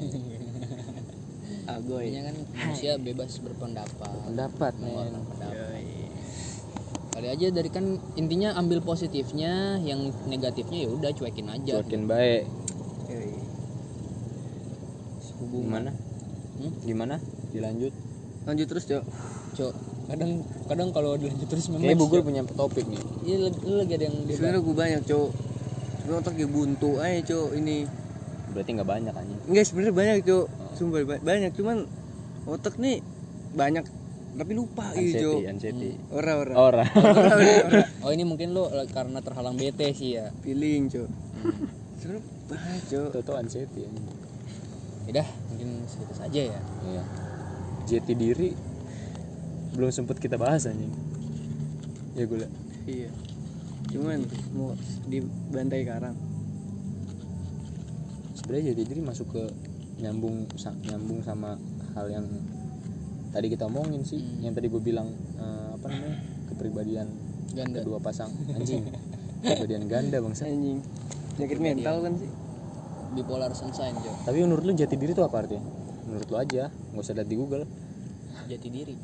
Agoy. Intinya kan manusia bebas berpendapat. Pendapat, Mengeluarkan men. pendapat. Kali aja dari kan intinya ambil positifnya, yang negatifnya ya udah cuekin aja. Cuekin baik. Yoi. Hubungan. Gimana? Hmm? Gimana? Dilanjut. Lanjut terus, Jo. Cok, kadang kadang kalau dilanjut terus memang. Kayaknya Bogor punya topik nih. Iya, lu lu lagi ada yang dia. Sebenarnya gue banyak, Cok. Sebenarnya otak gue buntu aja, Cok, ini. Berarti nggak banyak anjing. Enggak, sebenarnya banyak, Cok. Sumpah ba- banyak, cuman otak nih banyak tapi lupa gitu, Cok. Anxiety, anxiety. Ora, ora. Ora. Ora, ora, ora. Oh, ini mungkin lu karena terhalang bete sih ya. Feeling, Cok. Sebenarnya banyak, Cok. Toto anxiety anjing. Udah, mungkin segitu saja ya. Iya. Jati diri belum sempet kita bahas anjing. Ya gula. Iya. Cuman mau dibantai karang. Sebenarnya jati diri masuk ke nyambung sa- nyambung sama hal yang tadi kita omongin sih, Hmm. yang tadi gue bilang eh, apa namanya kepribadian Ganda. kedua pasang anjing, kepribadian ganda bangsa. Anjing. Penyakit mental kan sih. Bipolar sunshine, Cok. Tapi menurut lu jati diri itu apa artinya? Menurut lu aja, nggak usah lihat di Google. Jati diri.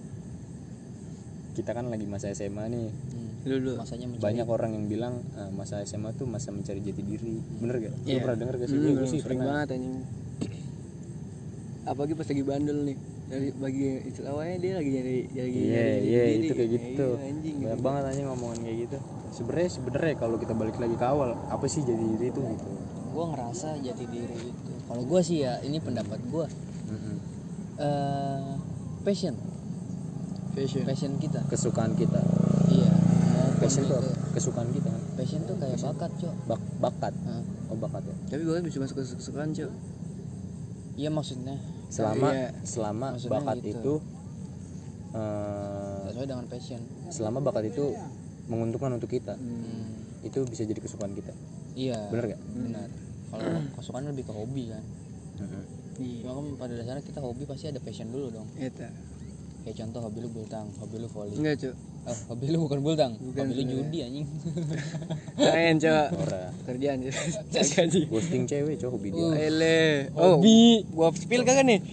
Kita kan lagi masa S M A nih. Hmm. Dulu. Masanya mencari. Banyak orang yang bilang eh, masa S M A tuh masa mencari jati diri. Bener gak? Lu Iya. pernah denger gak sih? Hmm, Iya, gue sih sering pernah. banget anjing. Apalagi pas lagi bandel nih. dari bagi itu awalnya dia lagi nyari lagi Iya nyari iya diri. itu kayak gitu. Iya, anjing Banyak gitu. banget anjing ngomongin kayak gitu. Sebenarnya sebenarnya kalau kita balik lagi ke awal, apa sih jadi diri itu gitu. Gue ngerasa jati diri itu, kalau gue sih ya, ini pendapat gue, Mm-mm. eh passion Fashion. passion kita. Kesukaan kita. Iya, maupun Passion itu, tuh apa? Kesukaan kita. passion tuh kayak bakat cok. Bak bakat. Hah? Oh bakat ya. Tapi gue bisa masuk ke kesukaan, Cok. Iya maksudnya Selama Iya. selama Maksudnya bakat gitu. itu eh, sesuai dengan passion. selama bakat itu menguntungkan untuk kita, Hmm. itu bisa jadi kesukaan kita. Iya. Bener gak? Benar. Kalau kesukaan lebih ke hobi kan. Mm-mm. Iya. Cuma kan pada dasarnya kita hobi pasti ada passion dulu dong. Eta. Kayak contoh hobi lu bultang, hobi lu volley. Enggak, Cok. Oh, hobi lu bukan bultang, Bukan, hobi lu sebenarnya. judi anjing. Main, Cok. Ora. Kerjaan ya. Jaga sih. Ghosting cewek cowok hobi dia. Uh. Ele. Oh, Hobi. gua spill kagak nih?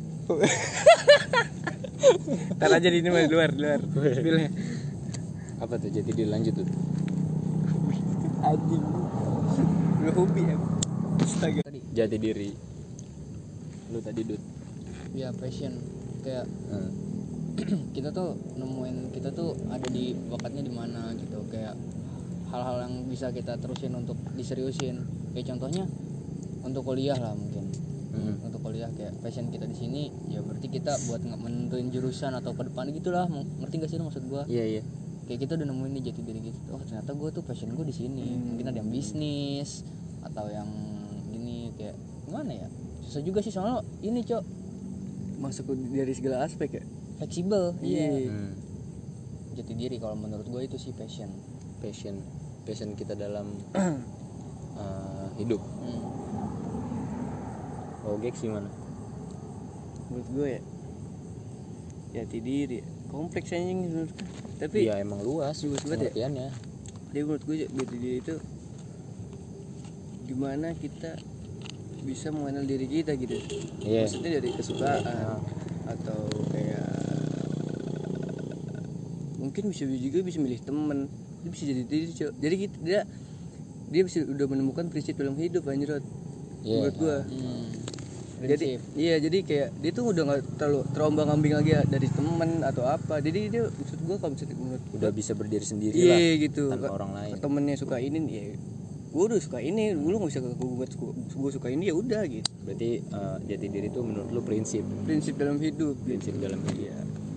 Ntar aja di ini mah di luar, di luar. Spillnya. Apa tuh jadi dilanjut tuh? Anjing. Gua hobi ya. Astaga. Tadi Jati diri. Lu tadi Dut. ya passion kayak Hmm. kita tuh nemuin kita tuh ada di bakatnya di mana gitu, kayak hal-hal yang bisa kita terusin untuk diseriusin, kayak contohnya untuk kuliah lah mungkin. Hmm. Untuk kuliah kayak passion kita di sini ya, berarti kita buat nge- menentuin jurusan atau ke depan gitulah, ngerti gak sih lu maksud gua? Iya iya. Kayak kita udah nemuin nih jati diri gitu, oh ternyata gua tuh passion gua di sini. Mungkin ada yang bisnis atau yang gini, kayak gimana ya, susah juga sih soalnya ini cok, Masuk dari segala aspek ya. fleksibel. Iya. Hmm. Jati diri kalau menurut gue itu sih passion. Passion, passion kita dalam uh, hidup. Hmm. Oh Gex gimana? Menurut gue ya. Jati diri. Kompleks anjing menurut gue. Tapi Iya emang luas. luas banget ya. pengertiannya. Jadi menurut gue jati diri itu gimana kita bisa mengenal diri kita gitu. Iya. Maksudnya dari kesukaan Nah. atau kayak mungkin bisa juga bisa milih temen, itu bisa jadi diri Cok. Jadi kita dia dia bisa udah menemukan prinsip dalam hidup anjir. Iya. Menurut gua. Hmm. Jadi Prinsip. iya jadi kayak dia tuh udah nggak terlalu terombang-ambing lagi ya dari temen atau apa. Jadi dia maksud gua kalau misalnya menurut Udah bisa berdiri sendiri lah. iya gitu. Tanpa Ke- orang lain. ke temennya suka ini ya gue udah suka ini, lu nggak bisa ke gue buat gue suka ini ya udah gitu. Berarti uh, jati diri itu menurut lu prinsip, Prinsip dalam hidup. prinsip dalam hidup.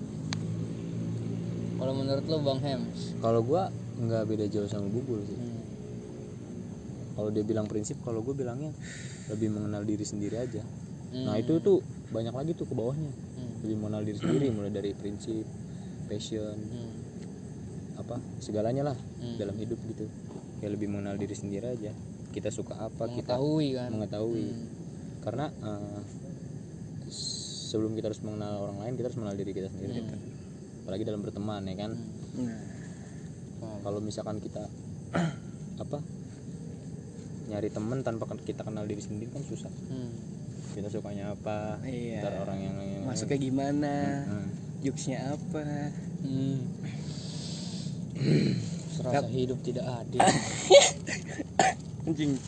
Kalau menurut lo Bang Hems? Kalau gua nggak beda jauh sama Bubul sih. Hmm. Kalau dia bilang prinsip, kalau gue bilangnya lebih mengenal diri sendiri aja. Hmm. Nah itu tuh banyak lagi tuh ke bawahnya. Hmm. Lebih mengenal diri sendiri, mulai dari prinsip, passion, Hmm. apa segalanya lah Hmm. dalam hidup gitu. Ya lebih mengenal diri sendiri aja. Kita suka apa, kita Mengetahui kan. mengetahui. Hmm. Karena uh, sebelum kita harus mengenal orang lain, kita harus mengenal diri kita sendiri. Hmm. Apalagi dalam berteman ya kan. Nah, Oh. Kalau misalkan kita apa nyari temen tanpa kita kenal diri sendiri kan susah. Hmm. Kita sukanya apa, iya. ntar orang yang, yang Masuknya gimana? Hmm. Jokesnya apa? Hmm. Serasa hidup tidak adil. Anjing.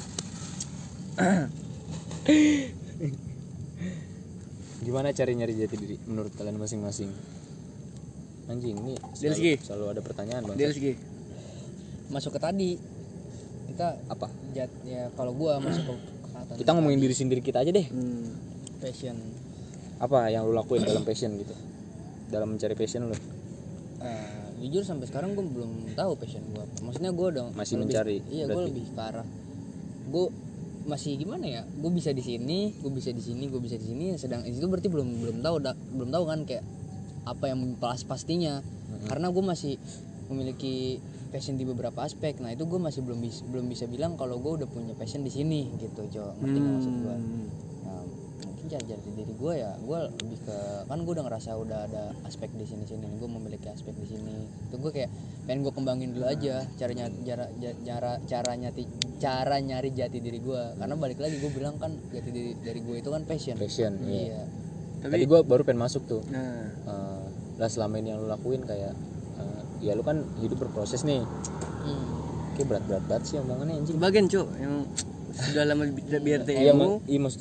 Gimana cari nyari jati diri menurut kalian masing-masing? Anjing ini Delski. selalu, selalu ada pertanyaan bang. Dia lagi. Masuk ke tadi kita Apa? jat ya, kalau gua masuk ke kata Kita ngomongin diri sendiri kita aja deh. Hmm. passion. Apa yang lu lakuin dalam passion gitu? Dalam mencari passion lu? Eh, jujur sampai sekarang gue belum tahu passion gue. Maksudnya gue udah Masih lebih- mencari, Iya, gue berarti. lebih ke arah. Gue masih gimana ya? Gue bisa di sini, gue bisa di sini, gue bisa di sini. Sedang itu berarti belum belum tahu, da, belum tahu kan kayak apa yang pas pastinya. Mm-hmm. Karena gue masih memiliki passion di beberapa aspek. Nah itu gue masih belum bisa belum bisa bilang kalau gue udah punya passion di sini gitu, Jo. Ngerti nggak maksud gue? Nah, mungkin cara jati diri gue ya, gue lebih ke kan gue udah ngerasa udah ada aspek di sini sini, gue memiliki aspek di sini. Itu gue kayak pengen gue kembangin dulu aja caranya, cara cara cara nyati cara nyari jati diri gue. Karena balik lagi gue bilang kan jati diri dari gue itu kan passion. Passion, iya. Iya. Tapi Tadi gue baru pengen masuk tuh. nah, Uh, lah selama ini yang lu lakuin kayak uh, ya lu kan hidup berproses nih. Hmm. Kayak berat-berat banget sih omongannya anjing. sebagian Cok yang sudah lama di B R T Iya, M U. mak- iya maksudnya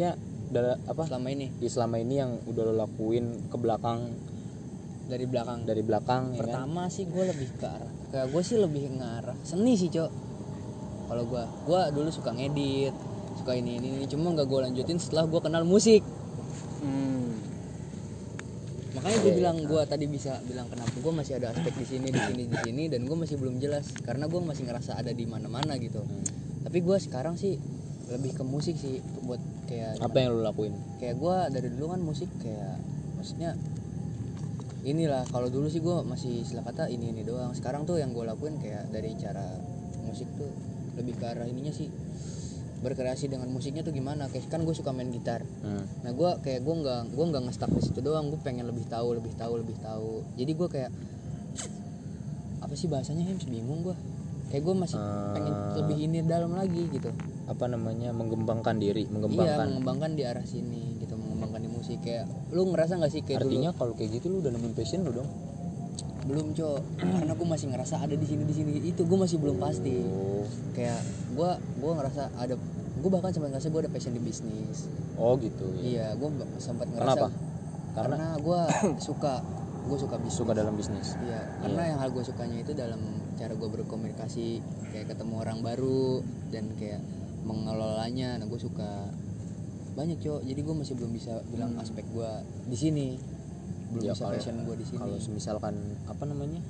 da, apa selama ini ya selama ini yang udah lo lakuin ke belakang dari belakang dari belakang pertama ya kan? sih gue lebih ke arah kayak gue sih lebih ngarah seni sih cok kalau gue gue dulu suka ngedit suka ini ini, ini. Cuma nggak gue lanjutin setelah gue kenal musik hmm. makanya gue bilang gue tadi bisa bilang kenapa gue masih ada aspek di sini di sini di sini dan gue masih belum jelas karena gue masih ngerasa ada di mana-mana gitu hmm. tapi gue sekarang sih lebih ke musik sih buat kayak apa yang lo lakuin kayak gue dari dulu kan musik kayak maksudnya inilah kalau dulu sih gue masih istilah kata ini ini doang sekarang tuh yang gue lakuin kayak dari cara musik tuh lebih ke arah ininya sih berkreasi dengan musiknya tuh gimana kayak kan gue suka main gitar hmm. nah gue kayak gue nggak gue nggak nge-stuck di situ doang gue pengen lebih tahu lebih tahu lebih tahu jadi gue kayak apa sih bahasanya Hems bingung gue kayak gue masih uh, pengen lebih ini dalam lagi gitu apa namanya mengembangkan diri iya mengembangkan mengembangkan di arah sini gitu mengembangkan di musik kayak lu ngerasa nggak sih kayak artinya kalau kayak gitu lu udah nemuin passion lu dong belum cok karena gue masih ngerasa ada di sini di sini itu gue masih belum pasti oh. kayak gue gue ngerasa ada gue bahkan sempat ngerasa gue ada passion di bisnis oh gitu ya. iya gue sempat ngerasa kenapa karena, karena gue suka gue suka bisnis suka dalam bisnis iya karena yeah. yang hal gue sukanya itu dalam cara gue berkomunikasi kayak ketemu orang baru dan kayak mengelolanya nah gue suka banyak cok jadi gue masih belum bisa bilang hmm. aspek gue di sini belum ya, bisa kalau, passion gue di sini kalau misalkan apa namanya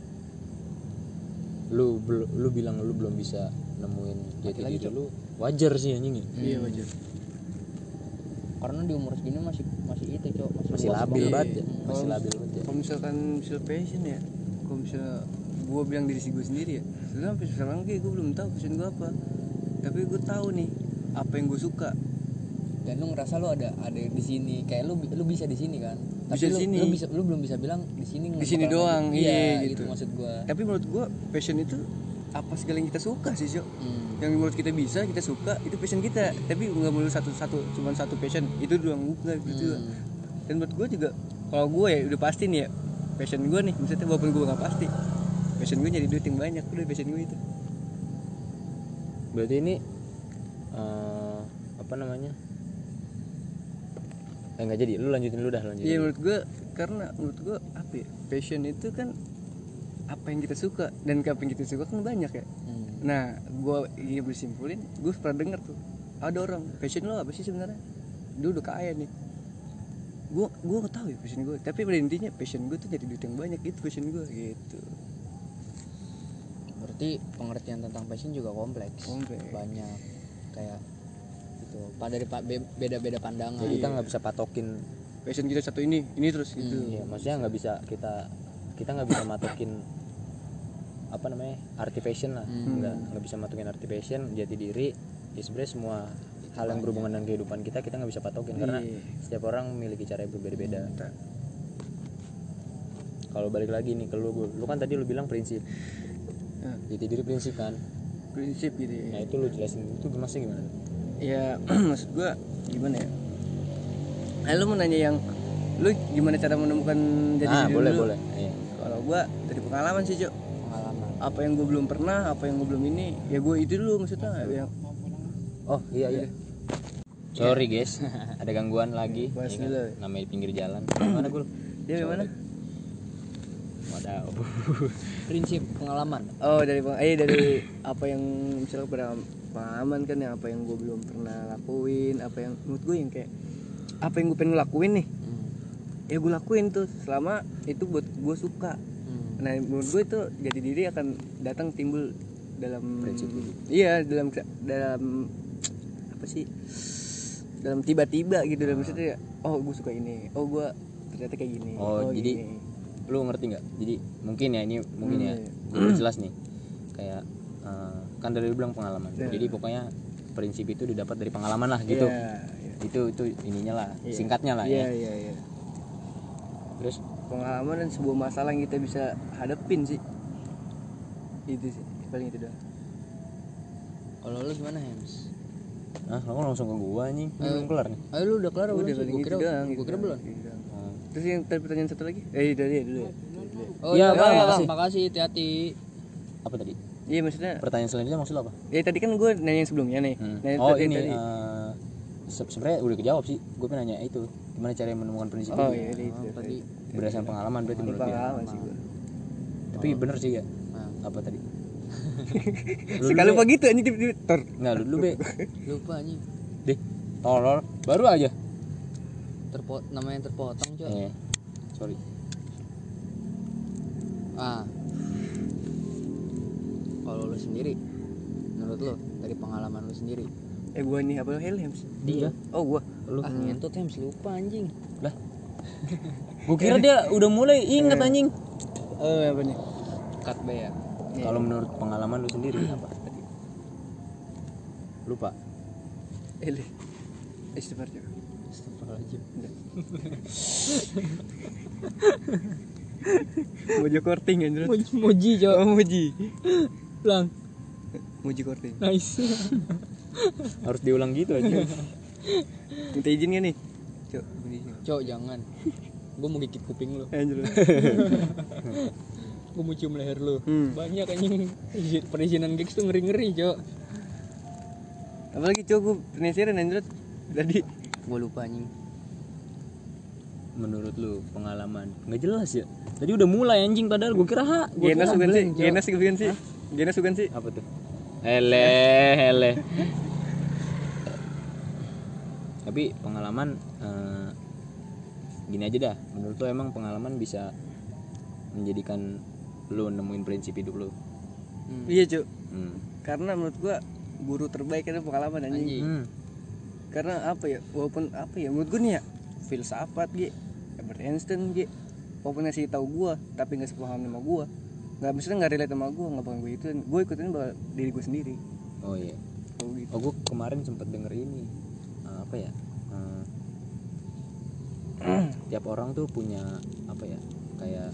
lu bel, lu bilang lu belum bisa nemuin jati diri lu wajar sih anjing ya hmm. iya wajar karena di umur segini masih masih itu cok masih, masih labil banget ya hmm. masih labil banget ya kalau misalkan misal passion ya kalau misal gue bilang diri gue sendiri ya sampai sekarang kayak gue belum tahu passion gue apa tapi gue tahu nih apa yang gue suka dan lu ngerasa lu ada ada di sini kayak lu lu bisa di sini kan tapi bisa lu, sini. lu bisa lu belum bisa bilang di sini di sini doang iya gitu. gitu maksud gua tapi menurut gua passion itu apa segala yang kita suka sih Jo hmm. yang menurut kita bisa kita suka itu passion kita tapi nggak melulu satu satu cuma satu passion itu doang bukan gitu hmm. dan menurut gua juga kalau gua ya udah pasti nih ya passion gua nih maksudnya walaupun gua nggak pasti passion gua nyari duit yang banyak udah passion gua itu berarti ini uh, apa namanya Eh, nggak jadi, lu lanjutin lu dah lanjutin. Iya menurut gue karena menurut gue apa ya passion itu kan apa yang kita suka dan apa yang kita suka kan banyak ya. Hmm. Nah gue iya bersimpulin gue pernah denger tuh ada orang passion lo apa sih sebenarnya? Dia udah kaya nih. Gue gue nggak tahu ya passion gue tapi pada intinya passion gue tuh jadi duit yang banyak itu passion gue gitu. Berarti pengertian tentang passion juga kompleks. Kompleks. Banyak kayak pada dari beda-beda pandangan. Jadi kita nggak bisa patokin passion kita satu ini, ini terus gitu. Hmm, iya, maksudnya nggak bisa kita kita nggak bisa matokin apa namanya arti passion lah, hmm. nggak nggak bisa matokin arti passion, jati diri. Ya sebenarnya semua hal yang berhubungan dengan kehidupan kita kita nggak bisa patokin yeah. karena setiap orang memiliki cara yang berbeda-beda. Hmm. Kalau balik lagi nih ke lu, lu kan tadi lu bilang prinsip. Hmm. Jati diri prinsip kan? Prinsip gitu. Ya. Nah itu lu jelasin itu maksudnya gimana? Ya maksud gue gimana ya eh, lu mau nanya yang lu gimana cara menemukan jadi ah, diri boleh lu boleh iya. Kalau gue dari pengalaman sih Cok pengalaman apa yang gue belum pernah apa yang gue belum ini ya gue itu dulu maksudnya yang oh iya iya sorry guys ada gangguan lagi ya kan? Namanya pinggir jalan mana gue dia mana wadah prinsip pengalaman oh dari eh dari apa yang misalnya pada pengalaman kan yang apa yang gue belum pernah lakuin apa yang menurut gue yang kayak apa yang gue pengen lakuin nih hmm. ya gue lakuin tuh selama itu buat gue suka hmm. nah menurut gue itu jati diri akan datang timbul dalam prinsip iya dalam dalam apa sih dalam tiba-tiba gitu dalam maksudnya oh gue suka ini oh gue ternyata kayak gini oh, oh jadi gini. Lu ngerti nggak jadi mungkin ya ini mungkin hmm. ya gue jelas nih kayak uh, kan dari lu bilang pengalaman yeah. jadi pokoknya prinsip itu didapat dari pengalaman lah gitu yeah, yeah. itu itu ininya lah yeah. singkatnya lah yeah, ya yeah, yeah. Terus pengalaman dan sebuah masalah yang kita bisa hadapin sih itu sih paling itu dah. Kalau lu gimana Hems? Ah, kamu langsung ke gua nih. Eh, belum kelar nih. Ayo lu udah kelar udah belum sih? Gua kira doang, gua kira belum. Hmm. Terus yang tadi pertanyaan satu lagi? Eh, dari dulu ya. Oh iya, Bang, makasih. Makasih, hati-hati. Apa tadi? Iya, maksudnya pertanyaan selanjutnya maksud apa? Ya tadi kan gua nanya yang sebelumnya nih. Hmm. Nanya oh, tadi, ini tadi. Uh, se- sebenarnya udah kejawab sih. Gue pengen nanya itu gimana cara menemukan prinsip Oh itu. iya itu. Oh, tadi Berdasarkan pengalaman berarti menurut dia. Pengalaman sih gua. Tapi bener sih ya. Nah. Apa tadi? Sekali lupa gitu anjing tiba-tiba ter. Enggak lu dulu be. lupa anjing. Deh, tolol baru aja. Terpot namanya terpotong, Cok. Eh, sorry. Ah. Kalau lu sendiri menurut lu dari pengalaman lu sendiri. Eh gua nih apa Helms? Dia. Oh gua. Lu. Ah, ngentut Hems lupa anjing. Lah. Gue kira dia udah mulai inget anjing. Oh apa nih? Cut B ya. Kalau menurut pengalaman lu sendiri apa tadi? Lupa. Ele. Istighfar juga. Astagfirullahaladzim. Mojo korting anjir. Moji, Cok. Oh Moji. Lang. Moji korting. Nice. Harus diulang gitu aja. Minta izin gak nih? Cok, izin. Cok, jangan. Gue mau gigit kuping lu. Anjir. Gue mau cium leher lu. Hmm. Banyak anjing. Izin- Perizinan gigs tuh ngeri-ngeri, Cok. Apalagi cok gua penasaran anjir. Tadi Gue lupa anjing. Menurut lu pengalaman nggak jelas ya. Tadi udah mulai anjing padahal gue kira ha. Gua Genas kira bukan sih? blank, Cok. Genas bukan sih? Genas bukan sih? Apa tuh? Hele hele. Tapi pengalaman eh, gini aja dah. Menurut lu emang pengalaman bisa menjadikan lu nemuin prinsip hidup lu? Hmm. Iya cok. Hmm. Karena menurut gua guru terbaik itu pengalaman anjing. Anjing. Hmm. Karena apa ya? Walaupun apa ya? Menurut gua nih ya filsafat gitu. Albert Einstein gitu. Walaupun ngasih tahu gua tapi nggak sepaham sama gua. Nggak misalnya nggak relate sama gua, nggak bakal gua ituin. Gua ikutin bakal diri gua sendiri. Oh iya. Kalau gitu. Oh gue kemarin sempat denger ini eh, apa ya? Eh, tiap orang tuh punya apa ya? Kayak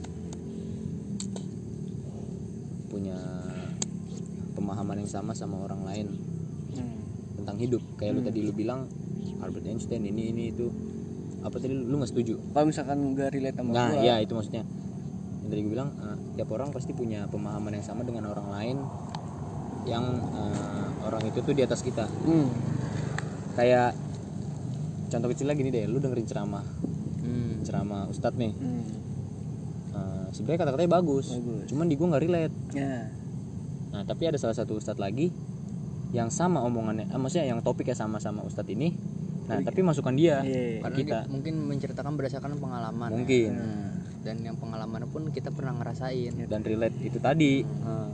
punya pemahaman yang sama sama orang lain Hmm. tentang hidup. Kayak lu tadi lu bilang Albert Einstein ini ini itu. Apa tadi lu lu nggak setuju? Kalau misalkan nggak relate sama Nah, gua, ya itu maksudnya. Yang tadi gue bilang eh, tiap orang pasti punya pemahaman yang sama dengan orang lain yang eh, orang itu tuh di atas kita. hmm. Kayak contoh kecil lagi nih deh, lu dengerin ceramah Hmm. ceramah ustadz nih. Hmm. Eh, sebenarnya kata-katanya bagus, Bagus. cuman di gua nggak relate. Ya. Nah tapi ada salah satu ustadz lagi yang sama omongannya, eh, maksudnya yang topiknya sama sama ustadz ini. Nah tapi masukan dia Iya. ke Karena kita dia mungkin menceritakan berdasarkan pengalaman. mungkin Nah. Dan yang pengalaman pun kita pernah ngerasain. dan relate itu tadi. Eh,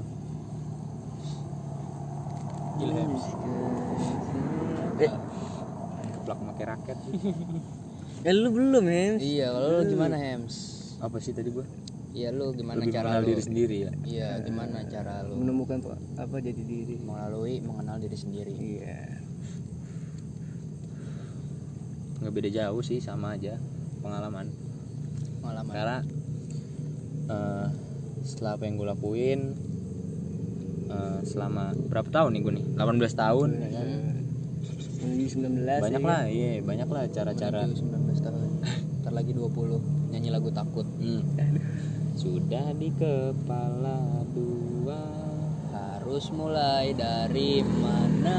Gila ya. Eh, keplak pakai raket. eh lu belum ya? Iya, kalau lu gimana Hems? Apa sih tadi gua? Iya lu gimana Lebih cara mengenal lu? diri sendiri ya. Iya, gimana cara lu Menemukan apa, apa jadi diri. melalui mengenal diri sendiri? Iya. Nggak beda jauh sih, sama aja pengalaman. Pengalaman. Karena eh, setelah apa yang gue lakuin eh, selama berapa tahun nih gue nih delapan belas tahun ya kan? Menuju sembilan belas banyak ya, lah iya banyak lah cara-cara. Menuju sembilan belas tahun. Ntar lagi dua puluh nyanyi lagu takut. Hmm. Sudah di kepala dua. Harus mulai dari mana?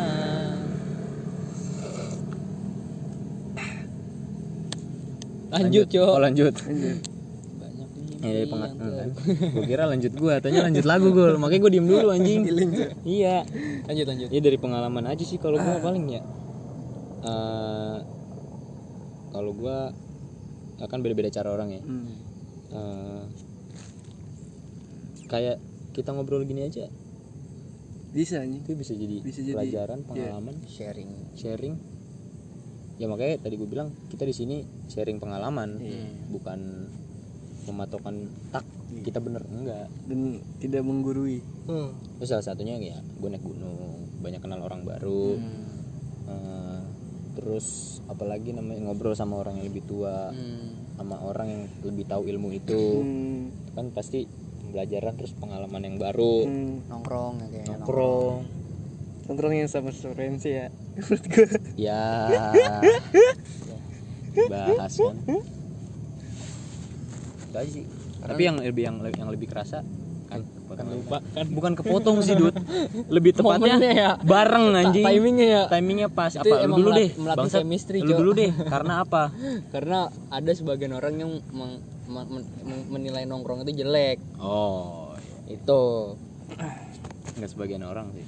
Lanjut, Cok. Oh lanjut. Banyak nih. Ya dari pengat kan. Gue kira lanjut gue, tanya lanjut lagu gue. Makanya gue diem dulu anjing. Iya. Lanjut, lanjut. Ya dari pengalaman aja sih kalau gue paling ya. Eh, kalau gue akan beda-beda cara orang ya. Hmm. Eh, kayak kita ngobrol gini aja Bisa nih. itu bisa jadi Bisa jadi, pelajaran, pengalaman, Sharing. sharing. Ya makanya tadi gue bilang kita di sini sharing pengalaman, Iya. bukan mematokkan tak kita bener enggak. Dan tidak menggurui. Terus salah satunya ya gue naik gunung, banyak kenal orang baru. Hmm. Eh, terus apalagi namanya ngobrol sama orang yang lebih tua, Hmm. sama orang yang lebih tahu ilmu itu. Hmm. Kan pasti pembelajaran terus pengalaman yang baru. Hmm. Nongkrong ya kayak Nongkrong. Nongkrong yang sama referensi ya. Menurut gue. Ya, bahas kan. Itu aja sih. Tapi yang lebih yang yang lebih kerasa kan kan lupa kan bukan kepotong sih Dut, lebih tepatnya ya. bareng anjing, timingnya ya, timingnya pas. itu apa lu dulu deh bangsa chemistry, lu dulu deh karena apa? Karena ada sebagian orang yang meng, men, men, menilai nongkrong itu jelek. Oh itu nggak sebagian orang sih.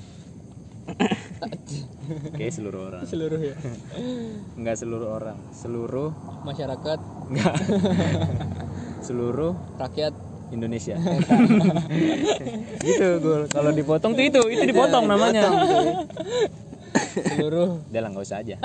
Oke, seluruh orang. Seluruh ya. Enggak seluruh orang, seluruh masyarakat. Enggak. Seluruh rakyat Indonesia. Gitu gue. Kalau dipotong tuh itu, itu dipotong namanya. Seluruh. Udah lah, enggak usah aja.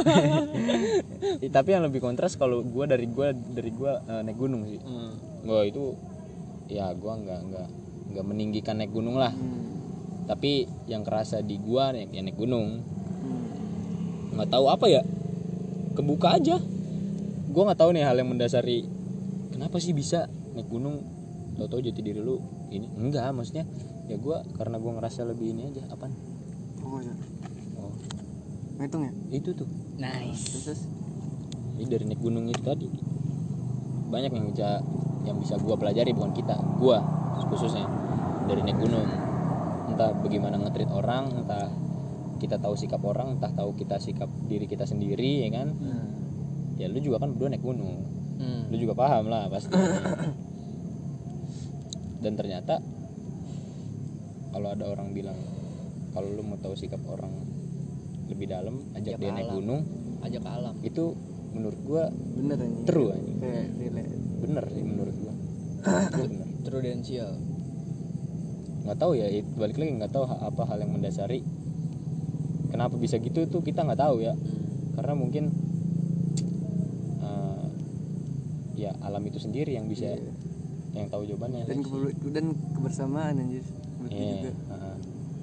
Tapi yang lebih kontras kalau gue dari gue dari gue uh, naik gunung sih. Hmm. Gue itu ya gue enggak enggak enggak meninggikan naik gunung lah. Hmm. Tapi yang kerasa di gua nih yang naik gunung nggak tahu apa ya, kebuka aja. Gua nggak tahu nih hal yang mendasari kenapa sih bisa naik gunung tahu-tahu jati diri lu ini enggak, maksudnya ya gua karena gua ngerasa lebih ini aja. Apaan? Oh ya. Oh. Ngitung ya? Itu tuh. Nice. Terus ini dari naik gunung itu tadi banyak yang bisa yang bisa gua pelajari, bukan kita, gua khususnya dari naik gunung. Entah bagaimana nge-treat orang, entah kita tahu sikap orang, entah tahu kita sikap diri kita sendiri, ya kan? Hmm. Ya lu juga kan berdua naik gunung, hmm. lu juga paham lah pasti. Dan ternyata kalau ada orang bilang kalau lu mau tahu sikap orang lebih dalam, ajak, ajak dia naik gunung, ajak ke alam. Itu menurut gua bener aja. True aja. Bener sih menurut gua. Bener. Prudensial. Nggak tahu ya, balik lagi nggak tahu apa hal yang mendasari kenapa bisa gitu tuh kita nggak tahu ya. Hmm. Karena mungkin uh, ya alam itu sendiri yang bisa yeah. yang tahu jawabannya. Dan ke- dan kebersamaan anjir. Yeah. Uh-huh.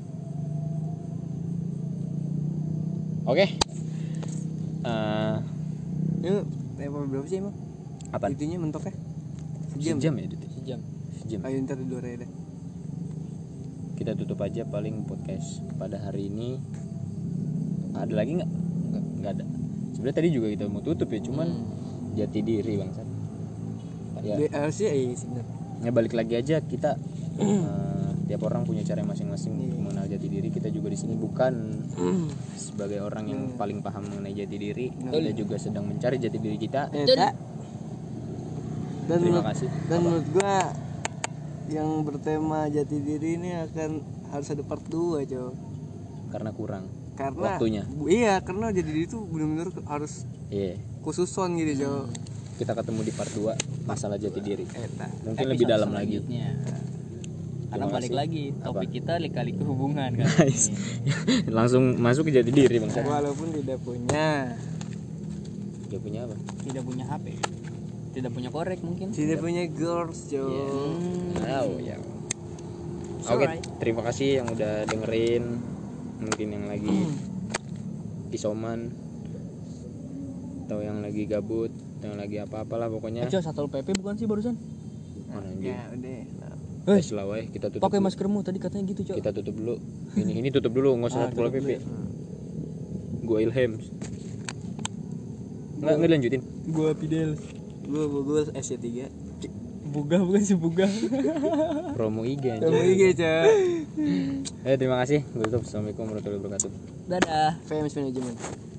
Oke. Okay. Uh, Ini tempo berapa sih emang? Apa? Itunya mentoknya? Sejam, Sejam ya, Dut? Sejam. Sejam. Ayo ntar dulu deh. Kita tutup aja paling podcast pada hari ini. Ada lagi nggak? Nggak, nggak ada. Sebenarnya tadi juga kita mau tutup ya, cuman hmm. jati diri bangsat. Ya. Harusnya eh sebenarnya. Ya balik lagi aja kita. uh, tiap orang punya cara masing-masing yeah. mengenal jati diri. Kita juga di sini bukan sebagai orang yang hmm. paling paham mengenai jati diri. Kita hmm. juga sedang mencari jati diri kita. Eh, dan, dan terima menurut, kasih. Dan Apa? menurut gua yang bertema jati diri ini akan harus ada part dua, cow. Karena kurang karena waktunya. Bu, iya, karena jati diri itu benar-benar harus iya. khususon gitu, cow. Kita ketemu di part dua masalah jati diri. Eta. Mungkin lebih dalam lagi. Karena balik lagi topik Apa? Kita lika-liku hubungan kan. Langsung masuk ke jati diri, Bang. Walaupun tidak punya. Tidak punya apa? Tidak punya H P. Tidak punya korek mungkin. Tidak punya girls, cow. Yeah. Oh, ya. Oke, okay, terima kasih yang udah dengerin. Mungkin yang lagi isoman atau yang lagi gabut, atau yang lagi apa-apalah pokoknya. Aja Satpol P P bukan sih barusan? Mana anjing? Ya, udah. Eh, selawai kita tutup. Pakai maskermu tadi katanya gitu, Cok. Kita tutup dulu. Ini ini tutup dulu, enggak usah Satpol P P. Gua Ilham. Enggak enggak lanjutin. Gua Fidel. Gua Bogor S C tiga. Buga bukan sih buga. Promo I G aja. Promo I G, Cok. Eh, terima kasih. Gua tutup. Assalamualaikum warahmatullahi wabarakatuh. Dadah. Famous Management.